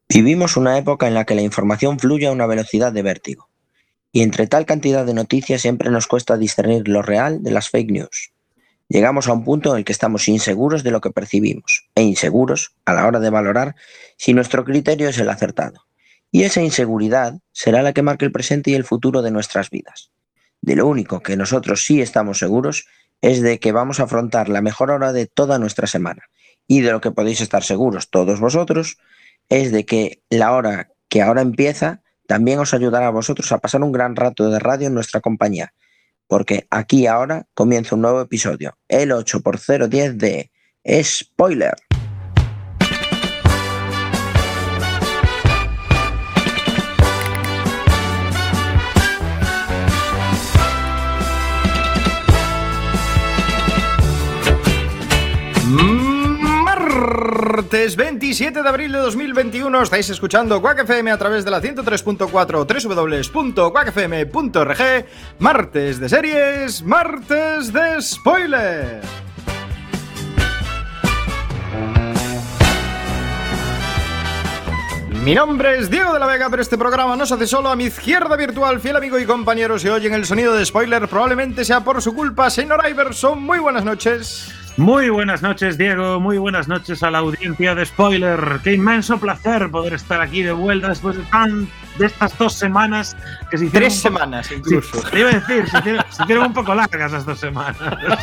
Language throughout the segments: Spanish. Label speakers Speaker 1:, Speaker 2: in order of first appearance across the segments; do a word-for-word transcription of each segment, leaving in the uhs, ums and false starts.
Speaker 1: Vivimos una época en la que la información fluye a una velocidad de vértigo, y entre tal cantidad de noticias siempre nos cuesta discernir lo real de las fake news. Llegamos a un punto en el que estamos inseguros de lo que percibimos, e inseguros a la hora de valorar si nuestro criterio es el acertado. Y esa inseguridad será la que marque el presente y el futuro de nuestras vidas. De lo único que nosotros sí estamos seguros es de que vamos a afrontar la mejor hora de toda nuestra semana. Y de lo que podéis estar seguros todos vosotros es de que la hora que ahora empieza también os ayudará a vosotros a pasar un gran rato de radio en nuestra compañía, porque aquí ahora comienza un nuevo episodio, el ocho por cero diez de Spoiler.
Speaker 2: Martes veintisiete de abril de dos mil veintiuno, estáis escuchando Quack F M a través de la ciento tres punto cuatro, doble u doble u doble u punto quack f m punto org. Martes de series, martes de spoiler. Mi nombre es Diego de la Vega, pero este programa no se hace solo. A mi izquierda virtual, fiel amigo y compañero, si oyen el sonido de spoiler, probablemente sea por su culpa. Señor Iverson, muy buenas noches.
Speaker 3: Muy buenas noches, Diego. Muy buenas noches a la audiencia de Spoiler. Qué inmenso placer poder estar aquí de vuelta después de tan de estas dos semanas que se hicieron.
Speaker 2: Tres poco, semanas, incluso.
Speaker 3: Sí, te iba a decir, se hicieron, se hicieron un poco largas las dos semanas.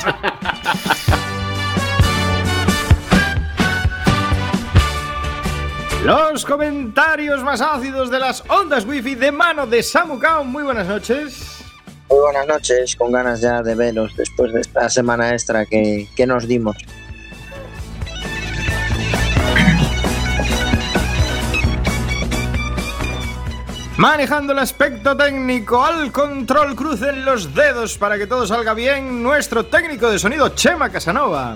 Speaker 2: Los comentarios más ácidos de las ondas wifi de mano de Samu Kao. Muy buenas noches.
Speaker 1: Muy buenas noches, con ganas ya de veros después de esta semana extra que, que nos dimos.
Speaker 2: Manejando el aspecto técnico, al control, crucen los dedos para que todo salga bien, nuestro técnico de sonido, Chema Casanova.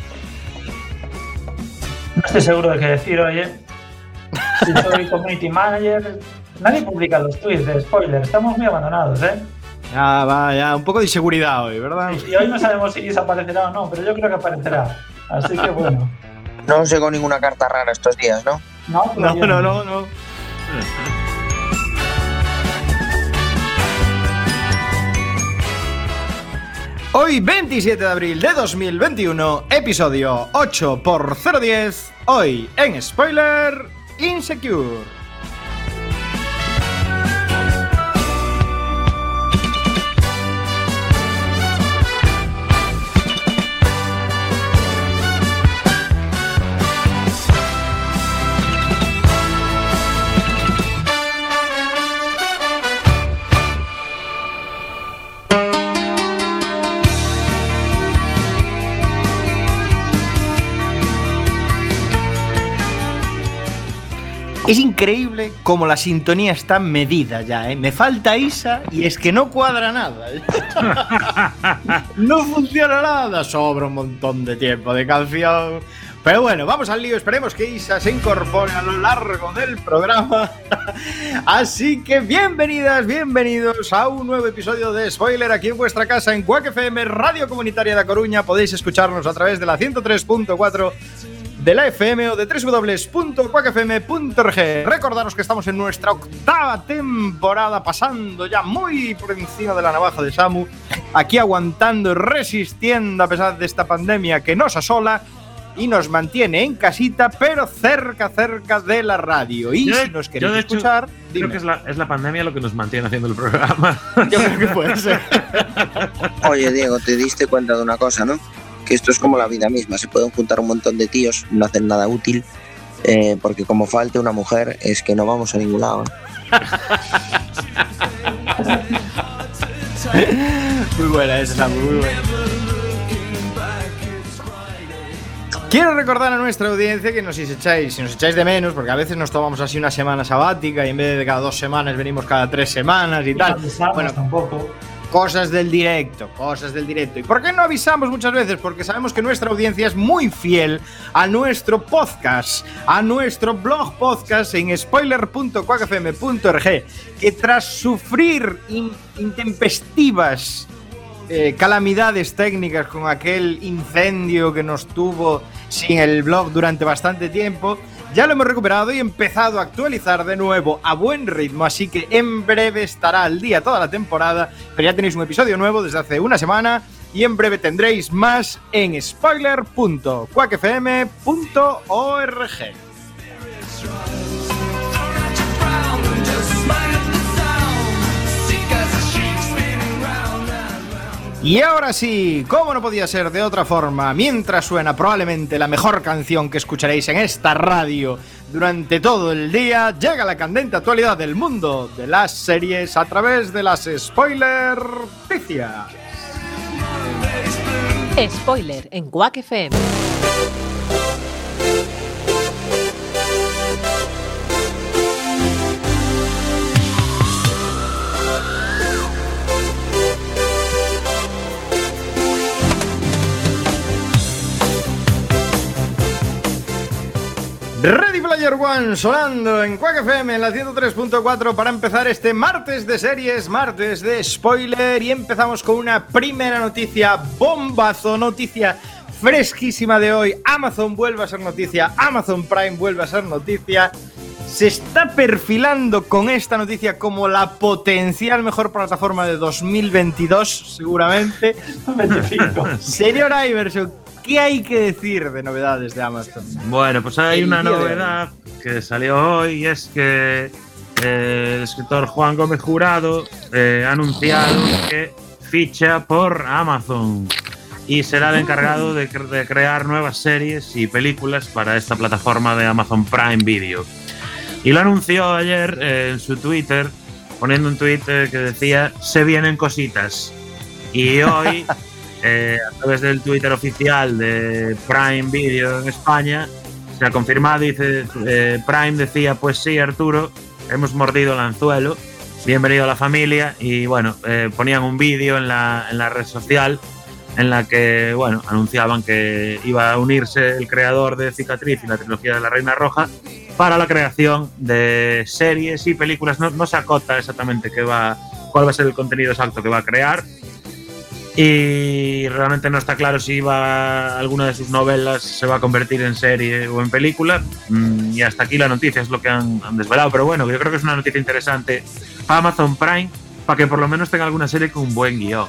Speaker 4: No estoy seguro de qué decir hoy, ¿eh? Si soy community manager, nadie publica los tweets de spoiler, estamos muy abandonados, ¿eh?
Speaker 2: Ya va, ya, un poco de inseguridad hoy, ¿verdad?
Speaker 4: Y hoy no sabemos si desaparecerá o no, pero yo creo que aparecerá. Así que bueno.
Speaker 1: No os llegó ninguna carta rara estos días, ¿no?
Speaker 4: No,
Speaker 2: no, no, no, no. Hoy, veintisiete de abril de dos mil veintiuno, episodio ocho por cero diez. Hoy en Spoiler, Insecure. Es increíble cómo la sintonía está medida ya, ¿eh? Me falta Isa y es que no cuadra nada. No funciona nada, sobra un montón de tiempo de canción. Pero bueno, vamos al lío, esperemos que Isa se incorpore a lo largo del programa. Así que bienvenidas, bienvenidos a un nuevo episodio de Spoiler aquí en vuestra casa en Quack F M, Radio Comunitaria de A Coruña. Podéis escucharnos a través de la ciento tres punto cuatro de la F M o de doble u doble u doble u punto quack f m punto org. Recordaros que estamos en nuestra octava temporada, pasando ya muy por encima de la navaja de Samu, aquí aguantando y resistiendo a pesar de esta pandemia que nos asola y nos mantiene en casita, pero cerca, cerca de la radio. Y yo, si nos queréis escuchar,
Speaker 3: hecho, creo que es la, es la pandemia lo que nos mantiene haciendo el programa.
Speaker 2: Yo creo que puede ser.
Speaker 1: Oye, Diego, te diste cuenta de una cosa, ¿no? Que esto es como la vida misma, se pueden juntar un montón de tíos, no hacen nada útil, eh, porque como falte una mujer es que no vamos a ningún lado,
Speaker 2: ¿eh? Muy buena esa, muy buena. Quiero recordar a nuestra audiencia que nos si echáis, si nos echáis de menos, porque a veces nos tomamos así una semana sabática y en vez de cada dos semanas venimos cada tres semanas y, y tal.
Speaker 4: Bueno, tampoco.
Speaker 2: Cosas del directo, cosas del directo. ¿Y por qué no avisamos muchas veces? Porque sabemos que nuestra audiencia es muy fiel a nuestro podcast, a nuestro blog podcast en spoiler punto quack f m punto org, que tras sufrir in- intempestivas eh, calamidades técnicas con aquel incendio que nos tuvo sin el blog durante bastante tiempo, ya lo hemos recuperado y empezado a actualizar de nuevo a buen ritmo, así que en breve estará al día toda la temporada, pero ya tenéis un episodio nuevo desde hace una semana y en breve tendréis más en spoiler punto quack f m punto org. Y ahora sí, como no podía ser de otra forma, mientras suena probablemente la mejor canción que escucharéis en esta radio durante todo el día, llega la candente actualidad del mundo de las series a través de las Spoiler Noticias.
Speaker 5: Spoiler en Quack F M.
Speaker 2: Ready Player One sonando en Quack F M en la ciento tres punto cuatro para empezar este martes de series, martes de spoiler, y empezamos con una primera noticia bombazo, noticia fresquísima de hoy. Amazon vuelve a ser noticia, Amazon Prime vuelve a ser noticia. Se está perfilando con esta noticia como la potencial mejor plataforma de dos mil veintidós, seguramente.
Speaker 4: veinticinco.
Speaker 2: Señor Iverson, ¿qué hay que decir de novedades de Amazon?
Speaker 3: Bueno, pues hay una novedad que salió hoy y es que eh, el escritor Juan Gómez Jurado eh, ha anunciado que ficha por Amazon y será el encargado de, de crear nuevas series y películas para esta plataforma de Amazon Prime Video. Y lo anunció ayer eh, en su Twitter, poniendo un tweet eh, que decía "se vienen cositas". Y hoy, eh, a través del Twitter oficial de Prime Video en España, se ha confirmado, dice, eh, Prime decía, pues sí, Arturo, hemos mordido el anzuelo, bienvenido a la familia. Y bueno, eh, ponían un vídeo en la, en la red social en la que, bueno, anunciaban que iba a unirse el creador de Cicatriz y la trilogía de la Reina Roja para la creación de series y películas. No, no se acota exactamente qué va, cuál va a ser el contenido exacto que va a crear, y realmente no está claro si va, alguna de sus novelas se va a convertir en serie o en película. Mm, y hasta aquí la noticia, es lo que han, han desvelado. Pero bueno, yo creo que es una noticia interesante para Amazon Prime, para que por lo menos tenga alguna serie con un buen guión.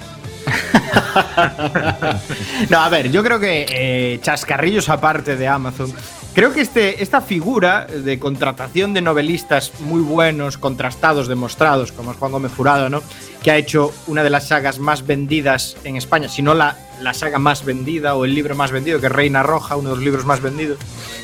Speaker 2: No, a ver, yo creo que eh, chascarrillos aparte de Amazon, creo que este, esta figura de contratación de novelistas muy buenos, contrastados, demostrados, como es Juan Gómez Jurado, ¿no?, que ha hecho una de las sagas más vendidas en España, si no la, la saga más vendida o el libro más vendido, que es Reina Roja, uno de los libros más vendidos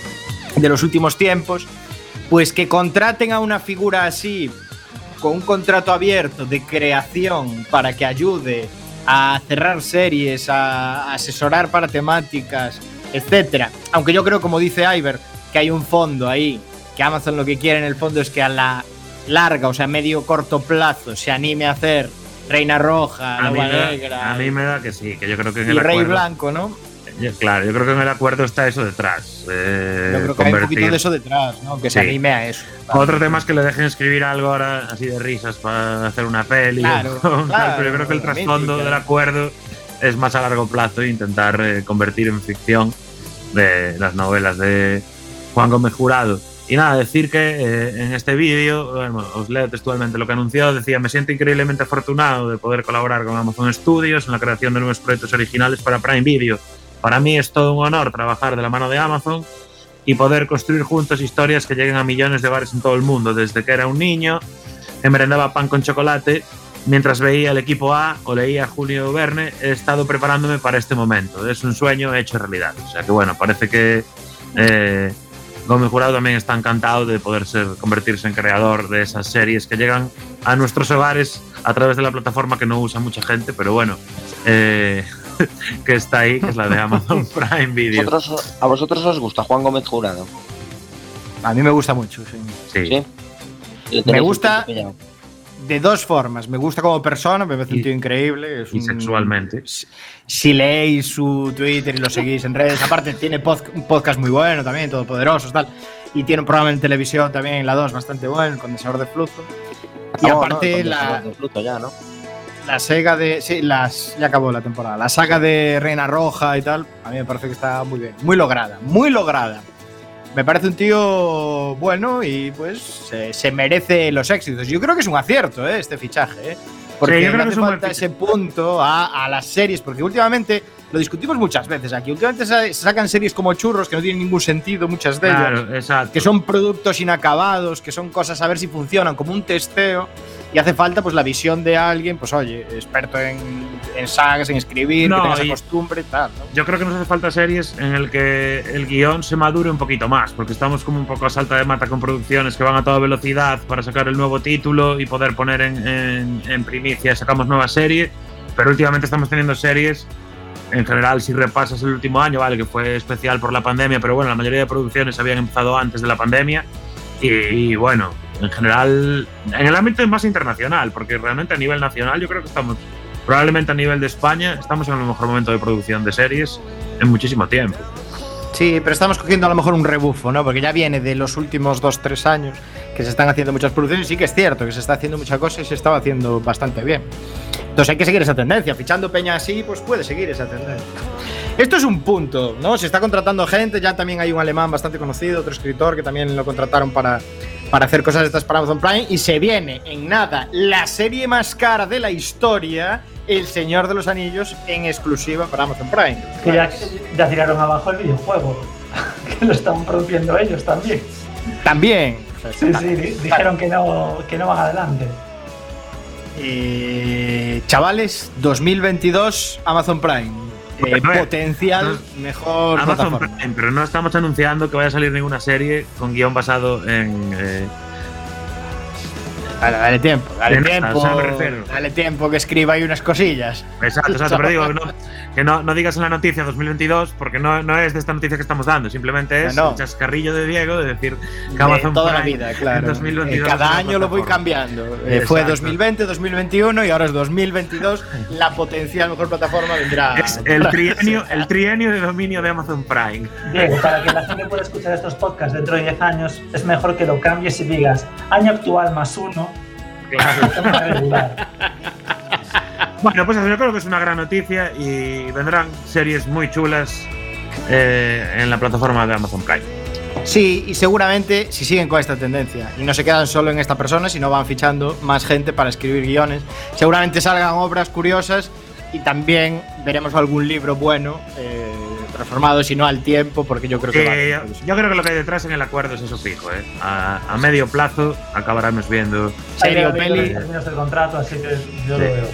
Speaker 2: de los últimos tiempos, pues que contraten a una figura así, con un contrato abierto de creación para que ayude a cerrar series, a asesorar para temáticas, etcétera. Aunque yo creo, como dice Iver, que hay un fondo ahí, que Amazon lo que quiere en el fondo es que a la larga, o sea, medio corto plazo, se anime a hacer Reina Roja,
Speaker 3: A mí,
Speaker 2: Agua
Speaker 3: me da,
Speaker 2: Negra,
Speaker 3: a mí me da que sí, que yo creo que en
Speaker 2: y
Speaker 3: el
Speaker 2: Rey
Speaker 3: acuerdo,
Speaker 2: Blanco, ¿no?
Speaker 3: yo- claro, yo creo que en el acuerdo está eso detrás. eh,
Speaker 2: Yo creo que hay un
Speaker 3: convertir-
Speaker 2: poquito de eso detrás, ¿no? Que se
Speaker 3: Sí.
Speaker 2: anime a eso.
Speaker 3: Otro tema es que le dejen escribir algo ahora así de risas para hacer una peli.
Speaker 2: Claro,
Speaker 3: o tal,
Speaker 2: claro,
Speaker 3: pero yo creo que el
Speaker 2: la
Speaker 3: trasfondo
Speaker 2: mítica.
Speaker 3: del acuerdo es más a largo plazo e intentar eh, convertir en ficción de las novelas de Juan Gómez Jurado. Y nada, decir que eh, en este vídeo, bueno, os leo textualmente lo que anunció, decía: me siento increíblemente afortunado de poder colaborar con Amazon Studios en la creación de nuevos proyectos originales para Prime Video. Para mí es todo un honor trabajar de la mano de Amazon y poder construir juntos historias que lleguen a millones de hogares en todo el mundo. Desde que era un niño, que merendaba pan con chocolate, mientras veía el equipo A o leía a Julio Verne, he estado preparándome para este momento. Es un sueño hecho realidad. O sea que bueno, parece que eh, Gómez Jurado también está encantado de poder ser, convertirse en creador de esas series que llegan a nuestros hogares a través de la plataforma que no usa mucha gente, pero bueno, eh, que está ahí, que es la de Amazon Prime Video.
Speaker 1: ¿Vosotros- ¿A vosotros os gusta Juan Gómez Jurado?
Speaker 2: A mí me gusta mucho, sí.
Speaker 3: Sí.
Speaker 1: ¿Sí? Le
Speaker 2: Me
Speaker 1: tenéis un
Speaker 2: gusta
Speaker 1: poco pillado.
Speaker 2: de dos formas. Me gusta como persona, me parece un
Speaker 3: Y-
Speaker 2: tío increíble. Es
Speaker 3: Y
Speaker 2: un-
Speaker 3: sexualmente.
Speaker 2: Si, si leéis su Twitter y lo seguís en redes, aparte tiene pod- un podcast muy bueno también, todopoderosos, tal. Y tiene un programa en televisión también en la dos bastante bueno, el Condensador de Flujo. Y
Speaker 1: Acabó,
Speaker 2: aparte
Speaker 1: ¿no?
Speaker 2: la,
Speaker 1: Con fruto ya, ¿no?
Speaker 2: la saga de... Sí, las, ya acabó la temporada. La saga de Reina Roja y tal, a mí me parece que está muy bien. Muy lograda, muy lograda. Me parece un tío bueno y pues se, se merece los éxitos. Yo creo que es un acierto, ¿eh? Este fichaje, ¿eh? Porque
Speaker 3: sí, yo creo
Speaker 2: hace
Speaker 3: que es un
Speaker 2: falta ese punto a, a las series, porque últimamente lo discutimos muchas veces aquí. Últimamente se sacan series como churros que no tienen ningún sentido, muchas de
Speaker 3: Claro,
Speaker 2: ellas,
Speaker 3: exacto.
Speaker 2: que son productos inacabados, que son cosas a ver si funcionan, como un testeo. Y hace falta pues la visión de alguien, pues oye, experto en, en sagas, en escribir,
Speaker 3: No,
Speaker 2: que tenga esa
Speaker 3: y-
Speaker 2: costumbre y tal, ¿no?
Speaker 3: Yo creo que nos hace falta series en el que el guión se madure un poquito más, porque estamos como un poco a salta de mata con producciones que van a toda velocidad para sacar el nuevo título y poder poner en, en, en primicia, sacamos nueva serie, pero últimamente estamos teniendo series, en general si repasas el último año, vale, que fue especial por la pandemia, pero bueno, la mayoría de producciones habían empezado antes de la pandemia y, y bueno, en general, en el ámbito más internacional, porque realmente a nivel nacional yo creo que estamos, probablemente a nivel de España, estamos en el mejor momento de producción de series en muchísimo tiempo.
Speaker 2: Sí, pero estamos cogiendo a lo mejor un rebufo, ¿no? Porque ya viene de los últimos dos, tres años que se están haciendo muchas producciones. Sí que es cierto que se está haciendo mucha cosa y se estaba haciendo bastante bien. Entonces hay que seguir esa tendencia. Fichando peña así, pues puede seguir esa tendencia. Esto es un punto, ¿no? Se está contratando gente. Ya también hay un alemán bastante conocido, otro escritor que también lo contrataron para, para hacer cosas de estas para Amazon Prime. Y se viene en nada la serie más cara de la historia, El Señor de los Anillos, en exclusiva para Amazon Prime.
Speaker 4: Que ya, ya tiraron abajo el videojuego, que lo están produciendo ellos también.
Speaker 2: También.
Speaker 4: Sí, sí, di- dijeron que no, que no van adelante.
Speaker 2: Eh, chavales, dos mil veintidós Amazon Prime. Eh,
Speaker 3: Bueno,
Speaker 2: potencial
Speaker 3: no-
Speaker 2: mejor
Speaker 3: Amazon
Speaker 2: plataforma.
Speaker 3: Prime, pero no estamos anunciando que vaya a salir ninguna serie con guión basado en... Eh,
Speaker 2: Dale, dale tiempo, dale
Speaker 3: De nada,
Speaker 2: tiempo.
Speaker 3: o sea, me refiero.
Speaker 2: Dale tiempo que escriba ahí unas cosillas.
Speaker 3: exacto, exacto, pero digo no, que no, no digas en la noticia dos mil veintidós porque no, no es de esta noticia que estamos dando, simplemente es
Speaker 2: No, no.
Speaker 3: el chascarrillo de Diego de decir que
Speaker 2: De
Speaker 3: Amazon
Speaker 2: toda la
Speaker 3: Prime
Speaker 2: vida,
Speaker 3: en
Speaker 2: claro.
Speaker 3: dos mil veintidós
Speaker 2: Eh, cada
Speaker 3: es una
Speaker 2: año lo voy
Speaker 3: plataforma.
Speaker 2: cambiando. Eh, fue
Speaker 3: Exacto.
Speaker 2: dos mil veinte, dos mil veintiuno y ahora es dos mil veintidós. La potencial mejor plataforma vendrá.
Speaker 3: Es el trienio, el trienio de dominio de Amazon Prime.
Speaker 4: Diego, para que la gente pueda escuchar estos podcasts dentro de diez años, es mejor que lo cambies y digas año actual más uno.
Speaker 3: Claro. Bueno, pues eso, yo creo que es una gran noticia y vendrán series muy chulas eh, en la plataforma de Amazon Prime.
Speaker 2: Sí, y seguramente si siguen con esta tendencia y no se quedan solo en esta persona, sino van fichando más gente para escribir guiones, seguramente salgan obras curiosas y también veremos algún libro bueno eh, transformado, si no al tiempo, porque yo creo que
Speaker 3: Eh,
Speaker 2: vale.
Speaker 3: yo creo que lo que hay detrás en el acuerdo es eso fijo. ¿eh? A, a medio plazo acabaremos viendo.
Speaker 2: Serie o
Speaker 4: Ahí veo
Speaker 2: peli.
Speaker 4: los términos del contrato, así que yo
Speaker 3: Sí.
Speaker 4: lo veo.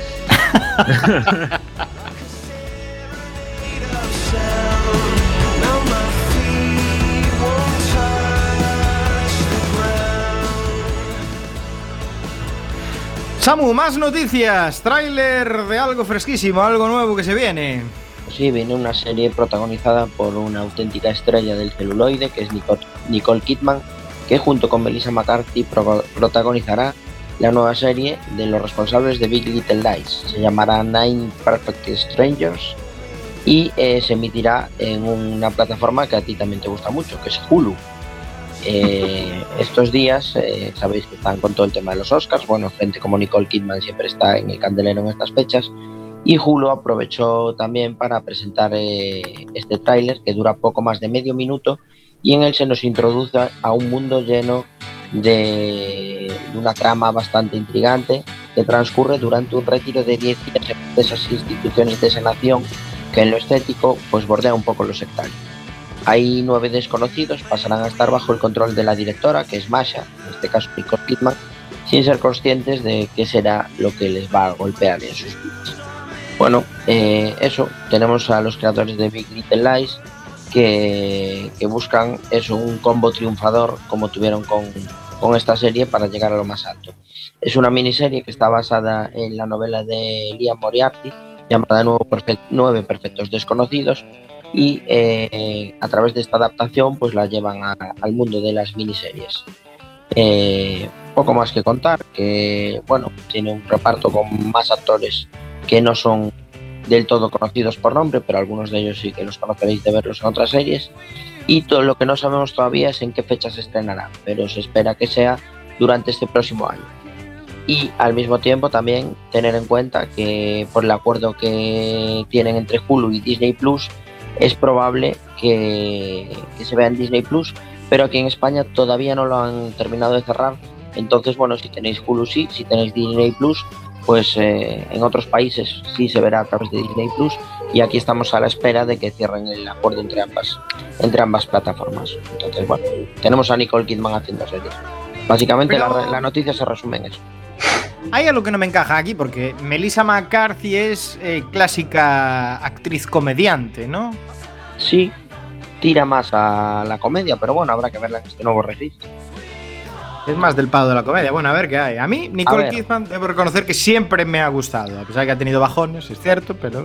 Speaker 2: Samu, más noticias, tráiler de algo fresquísimo, algo nuevo que se viene.
Speaker 1: Sí, viene una serie protagonizada por una auténtica estrella del celuloide, que es Nicole, Nicole Kidman, que junto con Melissa McCarthy pro- protagonizará la nueva serie de los responsables de Big Little Lies. Se llamará Nine Perfect Strangers y eh, se emitirá en una plataforma que a ti también te gusta mucho, que es Hulu. Eh, estos días eh, sabéis que están con todo el tema de los Oscars. Bueno, gente como Nicole Kidman siempre está en el candelero en estas fechas, y Hulu aprovechó también para presentar eh, este tráiler que dura poco más de medio minuto y en él se nos introduce a un mundo lleno de, de una trama bastante intrigante que transcurre durante un retiro de diez días de esas instituciones de sanación que en lo estético pues bordea un poco lo sectario. Hay nueve desconocidos, pasarán a estar bajo el control de la directora, que es Masha, en este caso Nicole Kidman, sin ser conscientes de qué será lo que les va a golpear en sus vidas. Bueno, eh, eso, tenemos a los creadores de Big Little Lies que, que buscan eso, un combo triunfador como tuvieron con, con esta serie para llegar a lo más alto. Es una miniserie que está basada en la novela de Liam Moriarty llamada Nuevo Perfe- Nueve Perfectos Desconocidos, y eh, a través de esta adaptación pues la llevan a, al mundo de las miniseries. Eh, poco más que contar, que bueno, tiene un reparto con más actores que no son del todo conocidos por nombre, pero algunos de ellos sí que los conoceréis de verlos en otras series, y todo lo que no sabemos todavía es en qué fecha se estrenará, pero se espera que sea durante este próximo año. Y al mismo tiempo también tener en cuenta que por el acuerdo que tienen entre Hulu y Disney Plus, es probable que, que se vea en Disney Plus, pero aquí en España todavía no lo han terminado de cerrar. Entonces, bueno, si tenéis Hulu sí, si tenéis Disney Plus, pues eh, en otros países sí se verá a través de Disney Plus, y aquí estamos a la espera de que cierren el acuerdo entre ambas, entre ambas plataformas. Entonces, bueno, tenemos a Nicole Kidman haciendo series. Básicamente pero... la, la noticia se resume en eso.
Speaker 2: Hay algo que no me encaja aquí, porque Melissa McCarthy es eh, clásica actriz comediante, ¿no?
Speaker 1: Sí, tira más a la comedia, pero bueno, habrá que verla en este nuevo registro.
Speaker 2: Es más del palo de la comedia. Bueno, a ver qué hay. A mí, Nicole Kidman, debo reconocer que siempre me ha gustado. A pesar de que ha tenido bajones, es cierto, pero...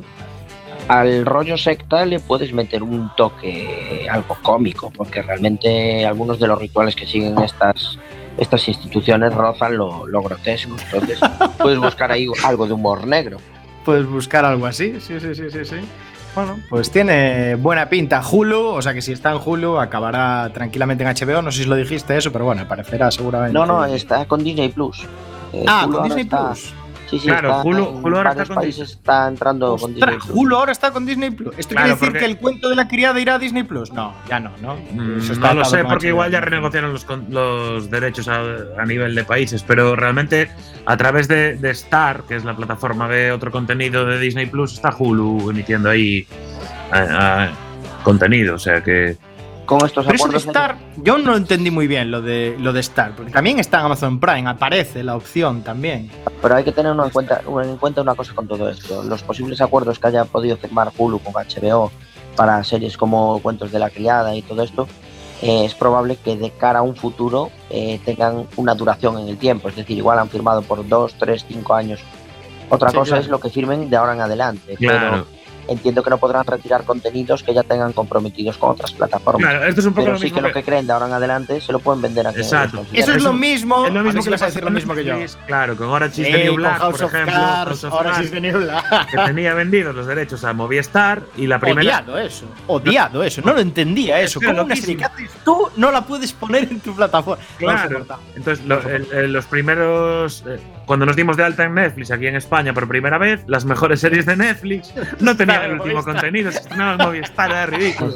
Speaker 1: Al rollo secta le puedes meter un toque algo cómico, porque realmente algunos de los rituales que siguen estas... estas instituciones rozan lo, lo grotesco. Entonces puedes buscar ahí algo de humor negro.
Speaker 2: Puedes buscar algo así, sí, sí, sí, sí, sí. Bueno, pues tiene buena pinta Hulu, o sea que si está en Hulu acabará tranquilamente en H B O. No sé si lo dijiste eso, pero bueno, aparecerá seguramente.
Speaker 1: No, no, está con Disney Plus.
Speaker 2: Eh, ah, Hulu con Disney está... Plus.
Speaker 1: Sí, sí,
Speaker 3: claro,
Speaker 1: está
Speaker 3: Hulu, Hulu ahora está con
Speaker 1: países está entrando
Speaker 2: Ostras,
Speaker 1: con Disney Plus.
Speaker 2: Hulu ahora está con Disney Plus. ¿Esto claro, quiere decir porque... que el cuento de la criada irá a Disney Plus? No, ya no, ¿no?
Speaker 3: Mm, Eso está no lo sé, porque H B O. Igual ya renegociaron los, los derechos a, a nivel de países, pero realmente a través de, de Star, que es la plataforma de otro contenido de Disney Plus, está Hulu emitiendo ahí a, a, contenido, o sea que...
Speaker 1: Con estos
Speaker 2: pero
Speaker 1: acuerdos
Speaker 2: eso de Star, de... yo no entendí muy bien lo de lo de Star, porque también está en Amazon Prime, aparece la opción también.
Speaker 1: Pero hay que tener en cuenta, en cuenta una cosa con todo esto. Los posibles acuerdos que haya podido firmar Hulu con H B O para series como Cuentos de la Criada y todo esto, eh, es probable que de cara a un futuro eh, tengan una duración en el tiempo. Es decir, igual han firmado por dos, tres, cinco años. Otra sí, cosa claro. es lo que firmen de ahora en adelante.
Speaker 3: Claro.
Speaker 1: Pero entiendo que no podrán retirar contenidos que ya tengan comprometidos con otras plataformas.
Speaker 3: Claro, esto es un poco
Speaker 1: pero
Speaker 3: lo
Speaker 1: sí
Speaker 3: mismo
Speaker 1: que, que lo que creen de ahora en adelante se lo pueden vender aquí.
Speaker 3: Exacto.
Speaker 2: Eso es lo mismo.
Speaker 3: Es lo mismo que
Speaker 2: vas a decir lo mismo que yo.
Speaker 3: Claro, con Orange is the New Black, por ejemplo,
Speaker 2: Cars, Orange is the New Black,
Speaker 3: que tenía vendidos los derechos a Movistar y la primera.
Speaker 2: Odiado eso. Odiado eso. No lo entendía eso. ¿Cómo una serie que haces tú no la puedes poner en tu plataforma?
Speaker 3: Claro. Entonces, lo, el, el, los primeros. Eh, cuando nos dimos de alta en Netflix aquí en España por primera vez, las mejores series de Netflix no tenían el último contenido, se estrenaban en Movistar, era ridículo.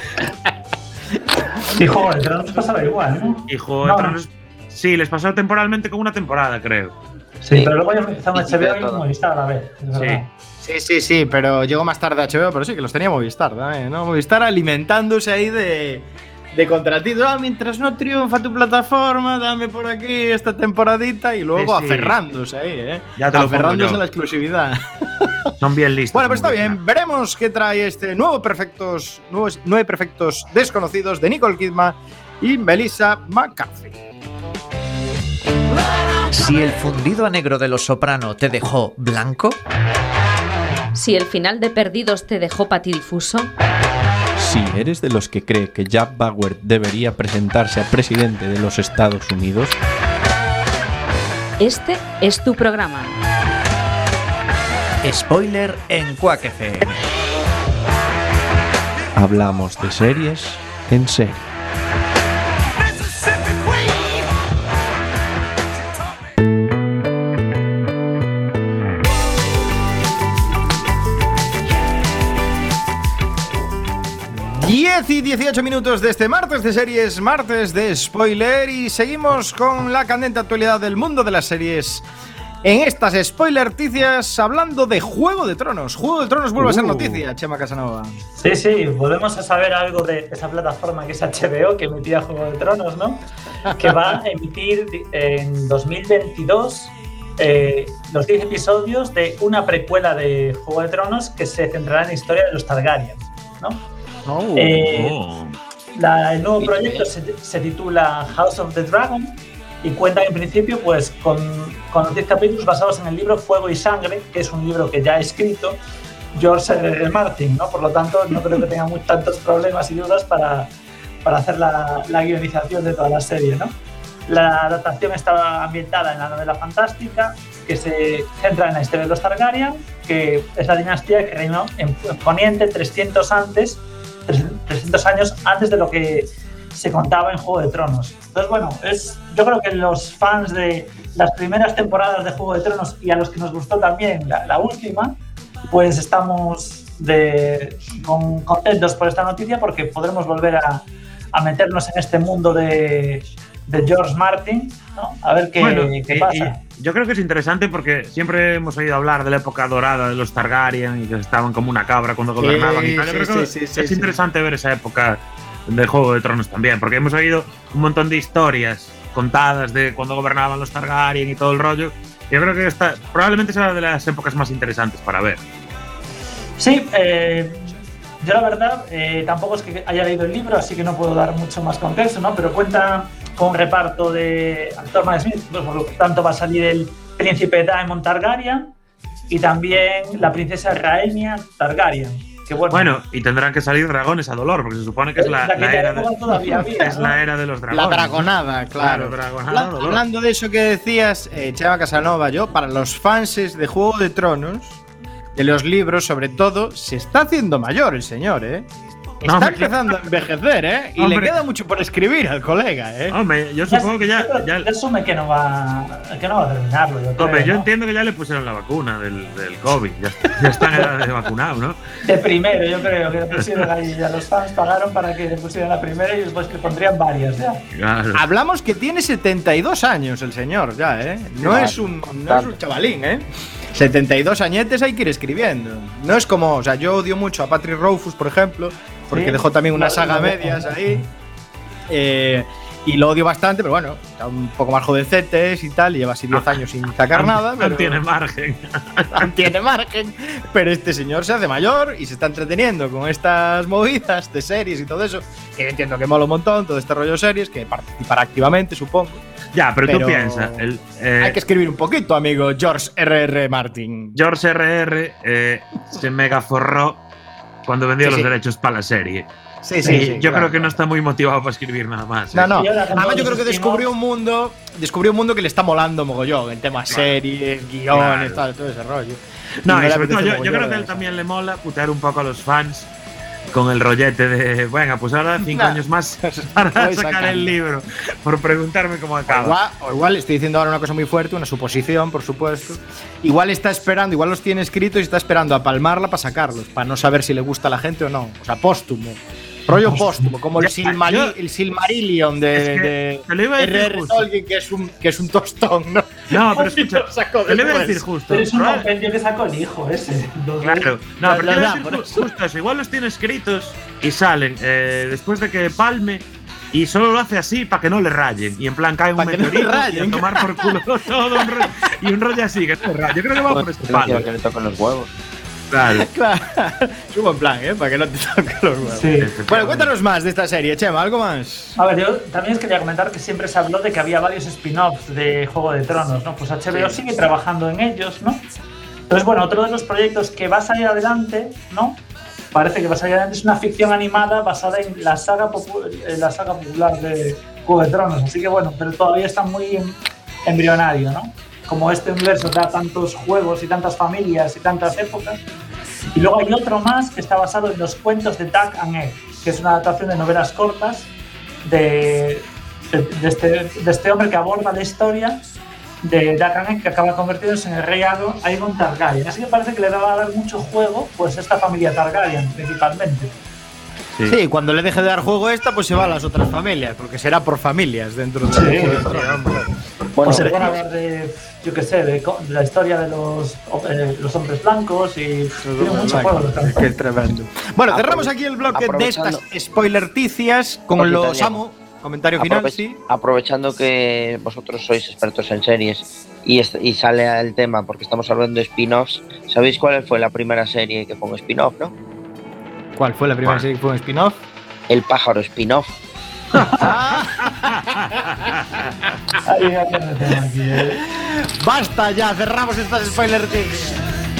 Speaker 4: Y Juego de Tronos pasaba igual, ¿no?
Speaker 3: Y Juego de Tronos, sí, les pasó temporalmente con una temporada, creo.
Speaker 4: Sí, sí, pero luego ya empezaron H B O y Movistar a la vez.
Speaker 2: Sí. sí, sí, sí, pero llegó más tarde H B O, pero sí que los tenía Movistar también, ¿no? Movistar alimentándose ahí de... de contratito, ah, mientras no triunfa tu plataforma, dame por aquí esta temporadita y luego sí, sí. aferrándose ahí, ¿eh?
Speaker 3: Ya te lo
Speaker 2: aferrándose a la exclusividad.
Speaker 3: Son bien listos.
Speaker 2: Bueno, pues está bien, bien. Veremos qué trae este nuevo perfectos, nuevos, nueve perfectos desconocidos de Nicole Kidman y Melissa McCarthy.
Speaker 6: Si el fundido a negro de Los Soprano te dejó blanco.
Speaker 5: Si el final de Perdidos te dejó patidifuso.
Speaker 7: Si eres de los que cree que Jack Bauer debería presentarse a presidente de los Estados Unidos,
Speaker 5: este es tu programa.
Speaker 6: Spoiler en Quack F M.
Speaker 7: Hablamos de series en serie.
Speaker 2: diez y dieciocho minutos de este martes de series, martes de spoiler, y seguimos con la candente actualidad del mundo de las series en estas spoilerticias, hablando de Juego de Tronos. Juego de Tronos vuelve uh. a ser noticia, Chema Casanova.
Speaker 4: Sí, sí, volvemos a saber algo de esa plataforma que es H B O, que emitía Juego de Tronos, ¿no? Que va a emitir en dos mil veintidós eh, los diez episodios de una precuela de Juego de Tronos que se centrará en la historia de los Targaryen, ¿no?
Speaker 2: Oh,
Speaker 4: eh,
Speaker 2: oh.
Speaker 4: La, el nuevo proyecto se, se titula House of the Dragon y cuenta en principio pues con, con los diez capítulos basados en el libro Fuego y Sangre, que es un libro que ya ha escrito George R R. Martin, ¿no? Por lo tanto, no creo que tenga muy, tantos problemas y dudas para, para hacer la, la guionización de toda la serie, ¿no? La adaptación está ambientada en la novela fantástica, que se centra en la historia de los Targaryen, que es la dinastía que reinó en Poniente trescientos antes trescientos años antes de lo que se contaba en Juego de Tronos. Entonces, bueno, es, yo creo que los fans de las primeras temporadas de Juego de Tronos y a los que nos gustó también la, la última, pues estamos de, con, contentos por esta noticia porque podremos volver a, a meternos en este mundo de, de George Martin, ¿no? A ver qué,
Speaker 3: bueno,
Speaker 4: qué
Speaker 3: y,
Speaker 4: pasa.
Speaker 3: Y yo creo que es interesante porque siempre hemos oído hablar de la época dorada de los Targaryen y que estaban como una cabra cuando gobernaban
Speaker 2: sí,
Speaker 3: y tal. Yo
Speaker 2: sí,
Speaker 3: creo que
Speaker 2: sí, sí,
Speaker 3: es
Speaker 2: sí,
Speaker 3: interesante sí. ver esa época de Juego de Tronos también, porque hemos oído un montón de historias contadas de cuando gobernaban los Targaryen y todo el rollo. Yo creo que esta probablemente sea de las épocas más interesantes para ver.
Speaker 4: Sí, eh, yo la verdad eh, tampoco es que haya leído el libro, así que no puedo dar mucho más contexto, ¿no? Pero cuenta con un reparto de actor Matt Smith, pues por lo tanto va a salir el príncipe Daemon Targaryen y también la princesa Rhaenyra Targaryen. Que bueno,
Speaker 3: bueno, y tendrán que salir dragones a dolor, porque se supone que es la,
Speaker 4: la,
Speaker 3: la, era, de,
Speaker 4: todavía había,
Speaker 3: es
Speaker 4: ¿no?
Speaker 3: la era de los dragones.
Speaker 2: La dragonada, claro.
Speaker 3: claro dragonada
Speaker 2: Habla, hablando de eso que decías, eh, Chema Casanova, yo, para los fans de Juego de Tronos, de los libros sobre todo, se está haciendo mayor el señor, ¿eh? Está
Speaker 3: no,
Speaker 2: empezando a envejecer, ¿eh? Y
Speaker 3: hombre.
Speaker 2: le queda mucho por escribir al colega, ¿eh?
Speaker 3: Hombre, yo supongo que ya…
Speaker 4: ya,
Speaker 3: ya
Speaker 4: ya asume que no va, que no va a terminarlo. Yo
Speaker 3: hombre,
Speaker 4: creo,
Speaker 3: yo
Speaker 4: ¿no?
Speaker 3: entiendo que ya le pusieron la vacuna del, del COVID. Ya, ya está en edad de vacunado, ¿no?
Speaker 4: De primero, yo creo que le pusieron ahí. Ya los fans pagaron para que le pusieran la primera y después que pondrían varias ya.
Speaker 3: Claro.
Speaker 2: Hablamos que tiene setenta y dos años el señor ya, ¿eh? No,
Speaker 1: Claro,
Speaker 2: es, un, no es un chavalín, ¿eh? setenta y dos añetes hay que ir escribiendo. No es como… O sea, yo odio mucho a Patrick Rothfuss, por ejemplo, porque
Speaker 4: Sí,
Speaker 2: dejó también una
Speaker 4: lo-
Speaker 2: saga a
Speaker 4: lo-
Speaker 2: medias ahí. Eh, y lo odio bastante, pero bueno, está un poco más jovencetes y tal, y lleva así diez años sin sacar nada.
Speaker 3: No
Speaker 2: Pero
Speaker 3: tiene margen.
Speaker 2: aún tiene margen. Pero este señor se hace mayor y se está entreteniendo con estas movidas de series y todo eso. Que entiendo que mola un montón, todo este rollo de series, que participará activamente, supongo.
Speaker 3: Ya, pero,
Speaker 2: Pero
Speaker 3: tú piensas. El, eh,
Speaker 2: Hay que escribir un poquito, amigo George R R. Martin.
Speaker 3: George R R eh, se mega forró cuando vendió
Speaker 2: Sí,
Speaker 3: los
Speaker 2: sí.
Speaker 3: derechos para la serie.
Speaker 2: Sí,
Speaker 3: Y yo creo que no está muy motivado para escribir nada más.
Speaker 2: No,
Speaker 3: ¿eh?
Speaker 2: no.
Speaker 4: Y ahora con
Speaker 2: Además,
Speaker 4: todos
Speaker 2: yo creo que
Speaker 4: los
Speaker 2: descubrió un
Speaker 4: spin-offs.
Speaker 2: mundo. Descubrió un mundo que le está molando mogollón. El tema series, guiones,
Speaker 3: Claro.
Speaker 2: tal, todo ese rollo.
Speaker 3: No,
Speaker 2: me
Speaker 3: y
Speaker 2: le
Speaker 3: sobre todo,
Speaker 2: apetece
Speaker 3: yo, yo
Speaker 2: mogollón,
Speaker 3: creo que a él
Speaker 2: ¿eh?
Speaker 3: también le mola putear un poco a los fans con el rollete de, venga, pues ahora cinco
Speaker 2: Nah.
Speaker 3: años más para
Speaker 2: Voy
Speaker 3: sacar
Speaker 2: sacando.
Speaker 3: el libro, por preguntarme cómo
Speaker 2: O
Speaker 3: acaba.
Speaker 2: igual, o igual estoy diciendo ahora una cosa muy fuerte, una suposición, por supuesto. Igual está esperando, igual los tiene escritos y está esperando a palmarla para sacarlos, para no saber si le gusta a la gente o no. O sea, póstumo. Rollo póstumo, como el,
Speaker 3: Ya,
Speaker 2: Silmari-
Speaker 3: yo-
Speaker 2: el Silmarillion de,
Speaker 3: Es que
Speaker 2: de
Speaker 3: te lo iba a decir
Speaker 2: R R.
Speaker 3: justo.
Speaker 2: Tolkien, que es un, que es un tostón, ¿no?
Speaker 3: No, pero
Speaker 2: Y
Speaker 3: escucha,
Speaker 2: lo sacó
Speaker 3: te lo iba a
Speaker 2: después.
Speaker 3: decir justo.
Speaker 4: Pero es un
Speaker 3: Probable-
Speaker 4: compendio que sacó el hijo ese. Entonces,
Speaker 3: Claro, no,
Speaker 2: La-
Speaker 3: pero
Speaker 2: la
Speaker 3: te iba a
Speaker 2: verdad,
Speaker 3: decir
Speaker 2: por
Speaker 3: ju-
Speaker 2: eso.
Speaker 3: justo eso. Igual los tiene escritos y salen eh, después de que palme y solo lo hace así para que no le rayen. Y en plan cae un
Speaker 2: Pa' que no le
Speaker 3: meteorito y
Speaker 2: rayen.
Speaker 3: a tomar por culo todo un rollo, y un rollo así que no le raye. Yo creo que va por este
Speaker 1: No quiero
Speaker 3: palo.
Speaker 1: que le toquen los huevos.
Speaker 3: Claro.
Speaker 2: Claro, es un buen plan, ¿eh? Para que no te toquen los huevos.
Speaker 4: sí.
Speaker 2: Bueno, cuéntanos más de esta serie, Chema, ¿algo más?
Speaker 4: A ver, yo también os quería comentar que siempre se habló de que había varios spin-offs de Juego de Tronos, ¿no? Pues H B O
Speaker 2: Sí.
Speaker 4: sigue trabajando en ellos, ¿no? Entonces, bueno, otro de los proyectos que va a salir adelante, ¿no? Parece que va a salir adelante es una ficción animada basada en la saga, popu- en la saga popular de Juego de Tronos. Así que bueno, pero todavía está muy em- embrionario, ¿no? Como este universo da tantos juegos y tantas familias y tantas épocas. Y luego hay otro más que está basado en los cuentos de Doug and Egg, que es una adaptación de novelas cortas de, de, de este, de este hombre que aborda la historia de Doug and Egg, que acaba convirtiéndose en el rey Aegon Targaryen. Así que parece que le va a dar mucho juego pues esta familia Targaryen, principalmente.
Speaker 3: Sí.
Speaker 2: Sí, cuando le deje de dar juego esta, pues se va a las otras familias, porque será por familias dentro de
Speaker 4: Sí.
Speaker 2: Juego de Tronos.
Speaker 1: Bueno,
Speaker 4: O se van a hablar de, yo qué sé, de, co- de la historia de los, eh, los hombres blancos y tiene mucho juego. los
Speaker 2: Qué tremendo. Bueno, cerramos
Speaker 1: Aprove-
Speaker 2: aquí el bloque de
Speaker 1: aprovechando-
Speaker 2: estas spoilerticias con
Speaker 1: Poquito,
Speaker 2: los
Speaker 1: Diego.
Speaker 2: Samu. Comentario final,
Speaker 1: Aprove-
Speaker 2: sí.
Speaker 1: Aprovechando que vosotros sois expertos en series y, est- y sale el tema porque estamos hablando de spin-offs, ¿sabéis cuál fue la primera serie que fue un spin-off, no?
Speaker 2: ¿Cuál fue la primera
Speaker 3: ¿Cuál?
Speaker 2: serie que fue un spin-off?
Speaker 1: El pájaro spin-off.
Speaker 4: Ahí ya tiene tema aquí, eh.
Speaker 2: Basta ya, cerramos estas spoilerticias.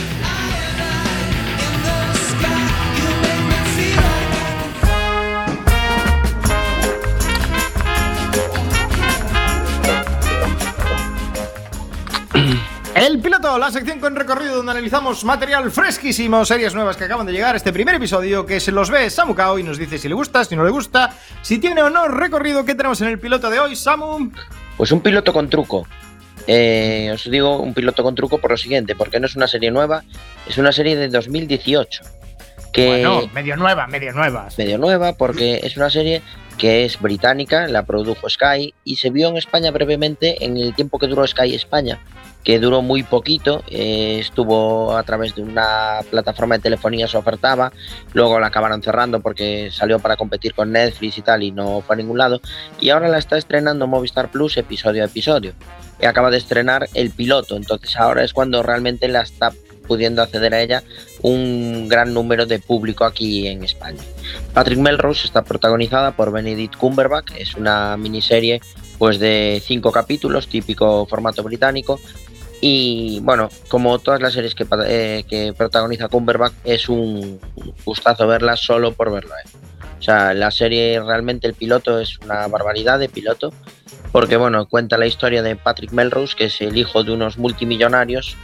Speaker 2: El piloto, la sección con recorrido donde analizamos material fresquísimo, series nuevas que acaban de llegar, este primer episodio que se los ve Samu Kao y nos dice si le gusta, si no le gusta, si tiene o no recorrido. ¿Qué tenemos en el piloto de hoy, Samu?
Speaker 1: Pues un piloto con truco. Eh, os digo un piloto con truco por lo siguiente, porque no es una serie nueva, es una serie de dos mil dieciocho. que
Speaker 2: Bueno, medio nueva, medio nueva.
Speaker 1: medio nueva porque es una serie que es británica, la produjo Sky y se vio en España brevemente en el tiempo que duró Sky España, que duró muy poquito, eh, estuvo a través de una plataforma de telefonía, se ofertaba, luego la acabaron cerrando porque salió para competir con Netflix y tal y no fue a ningún lado, y ahora la está estrenando Movistar Plus episodio a episodio, y acaba de estrenar el piloto, entonces ahora es cuando realmente la está pudiendo acceder a ella un gran número de público aquí en España. Patrick Melrose está protagonizada por Benedict Cumberbatch, es una miniserie pues de cinco capítulos, típico formato británico, y bueno, como todas las series que, eh, que protagoniza Cumberbatch, es un gustazo verlas solo por verlo. Eh. O sea, la serie realmente, el piloto es una barbaridad de piloto, porque bueno, cuenta la historia de Patrick Melrose, que es el hijo de unos multimillonarios,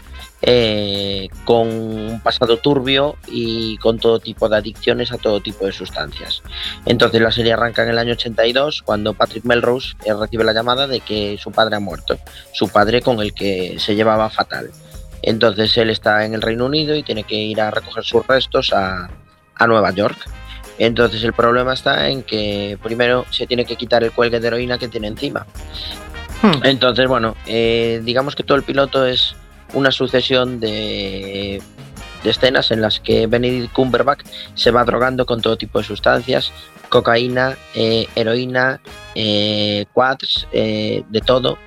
Speaker 1: Eh, con un pasado turbio y con todo tipo de adicciones a todo tipo de sustancias. Entonces la serie arranca en el año ochenta y dos, cuando Patrick Melrose eh, recibe la llamada de que su padre ha muerto, su padre con el que se llevaba fatal. Entonces él está en el Reino Unido y tiene que ir a recoger sus restos a, a Nueva York. Entonces el problema está en que primero se tiene que quitar el cuelgue de heroína que tiene encima. Hmm. Entonces bueno, eh, digamos que todo el piloto es una sucesión de, de escenas en las que Benedict Cumberbatch se va drogando con todo tipo de sustancias, cocaína, eh, heroína, eh, quads, eh, de todo.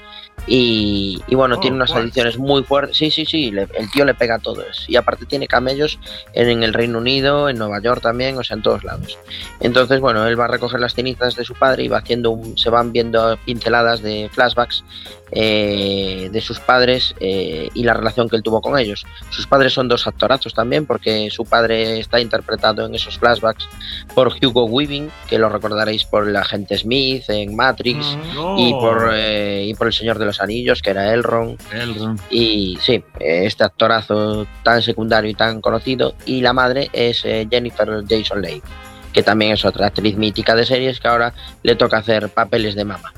Speaker 1: Y, y bueno, oh, tiene unas adicciones muy fuertes. Sí, sí, sí, le, el tío le pega a todo eso. Y aparte tiene camellos en, en el Reino Unido, en Nueva York también, o sea, en todos lados. Entonces, bueno, él va a recoger las cenizas de su padre y va haciendo un, se van viendo pinceladas de flashbacks eh, de sus padres eh, y la relación que él tuvo con ellos. Sus padres son dos actorazos también, porque su padre está interpretado en esos flashbacks por Hugo Weaving, que lo recordaréis por el agente Smith en Matrix, no. y, por, eh, y por El Señor de los Anillos, que era Elrond.
Speaker 3: Elrond.
Speaker 1: Y sí, este actorazo tan secundario y tan conocido. Y la madre es eh, Jennifer Jason Leigh, que también es otra actriz mítica de series que ahora le toca hacer papeles de mamá.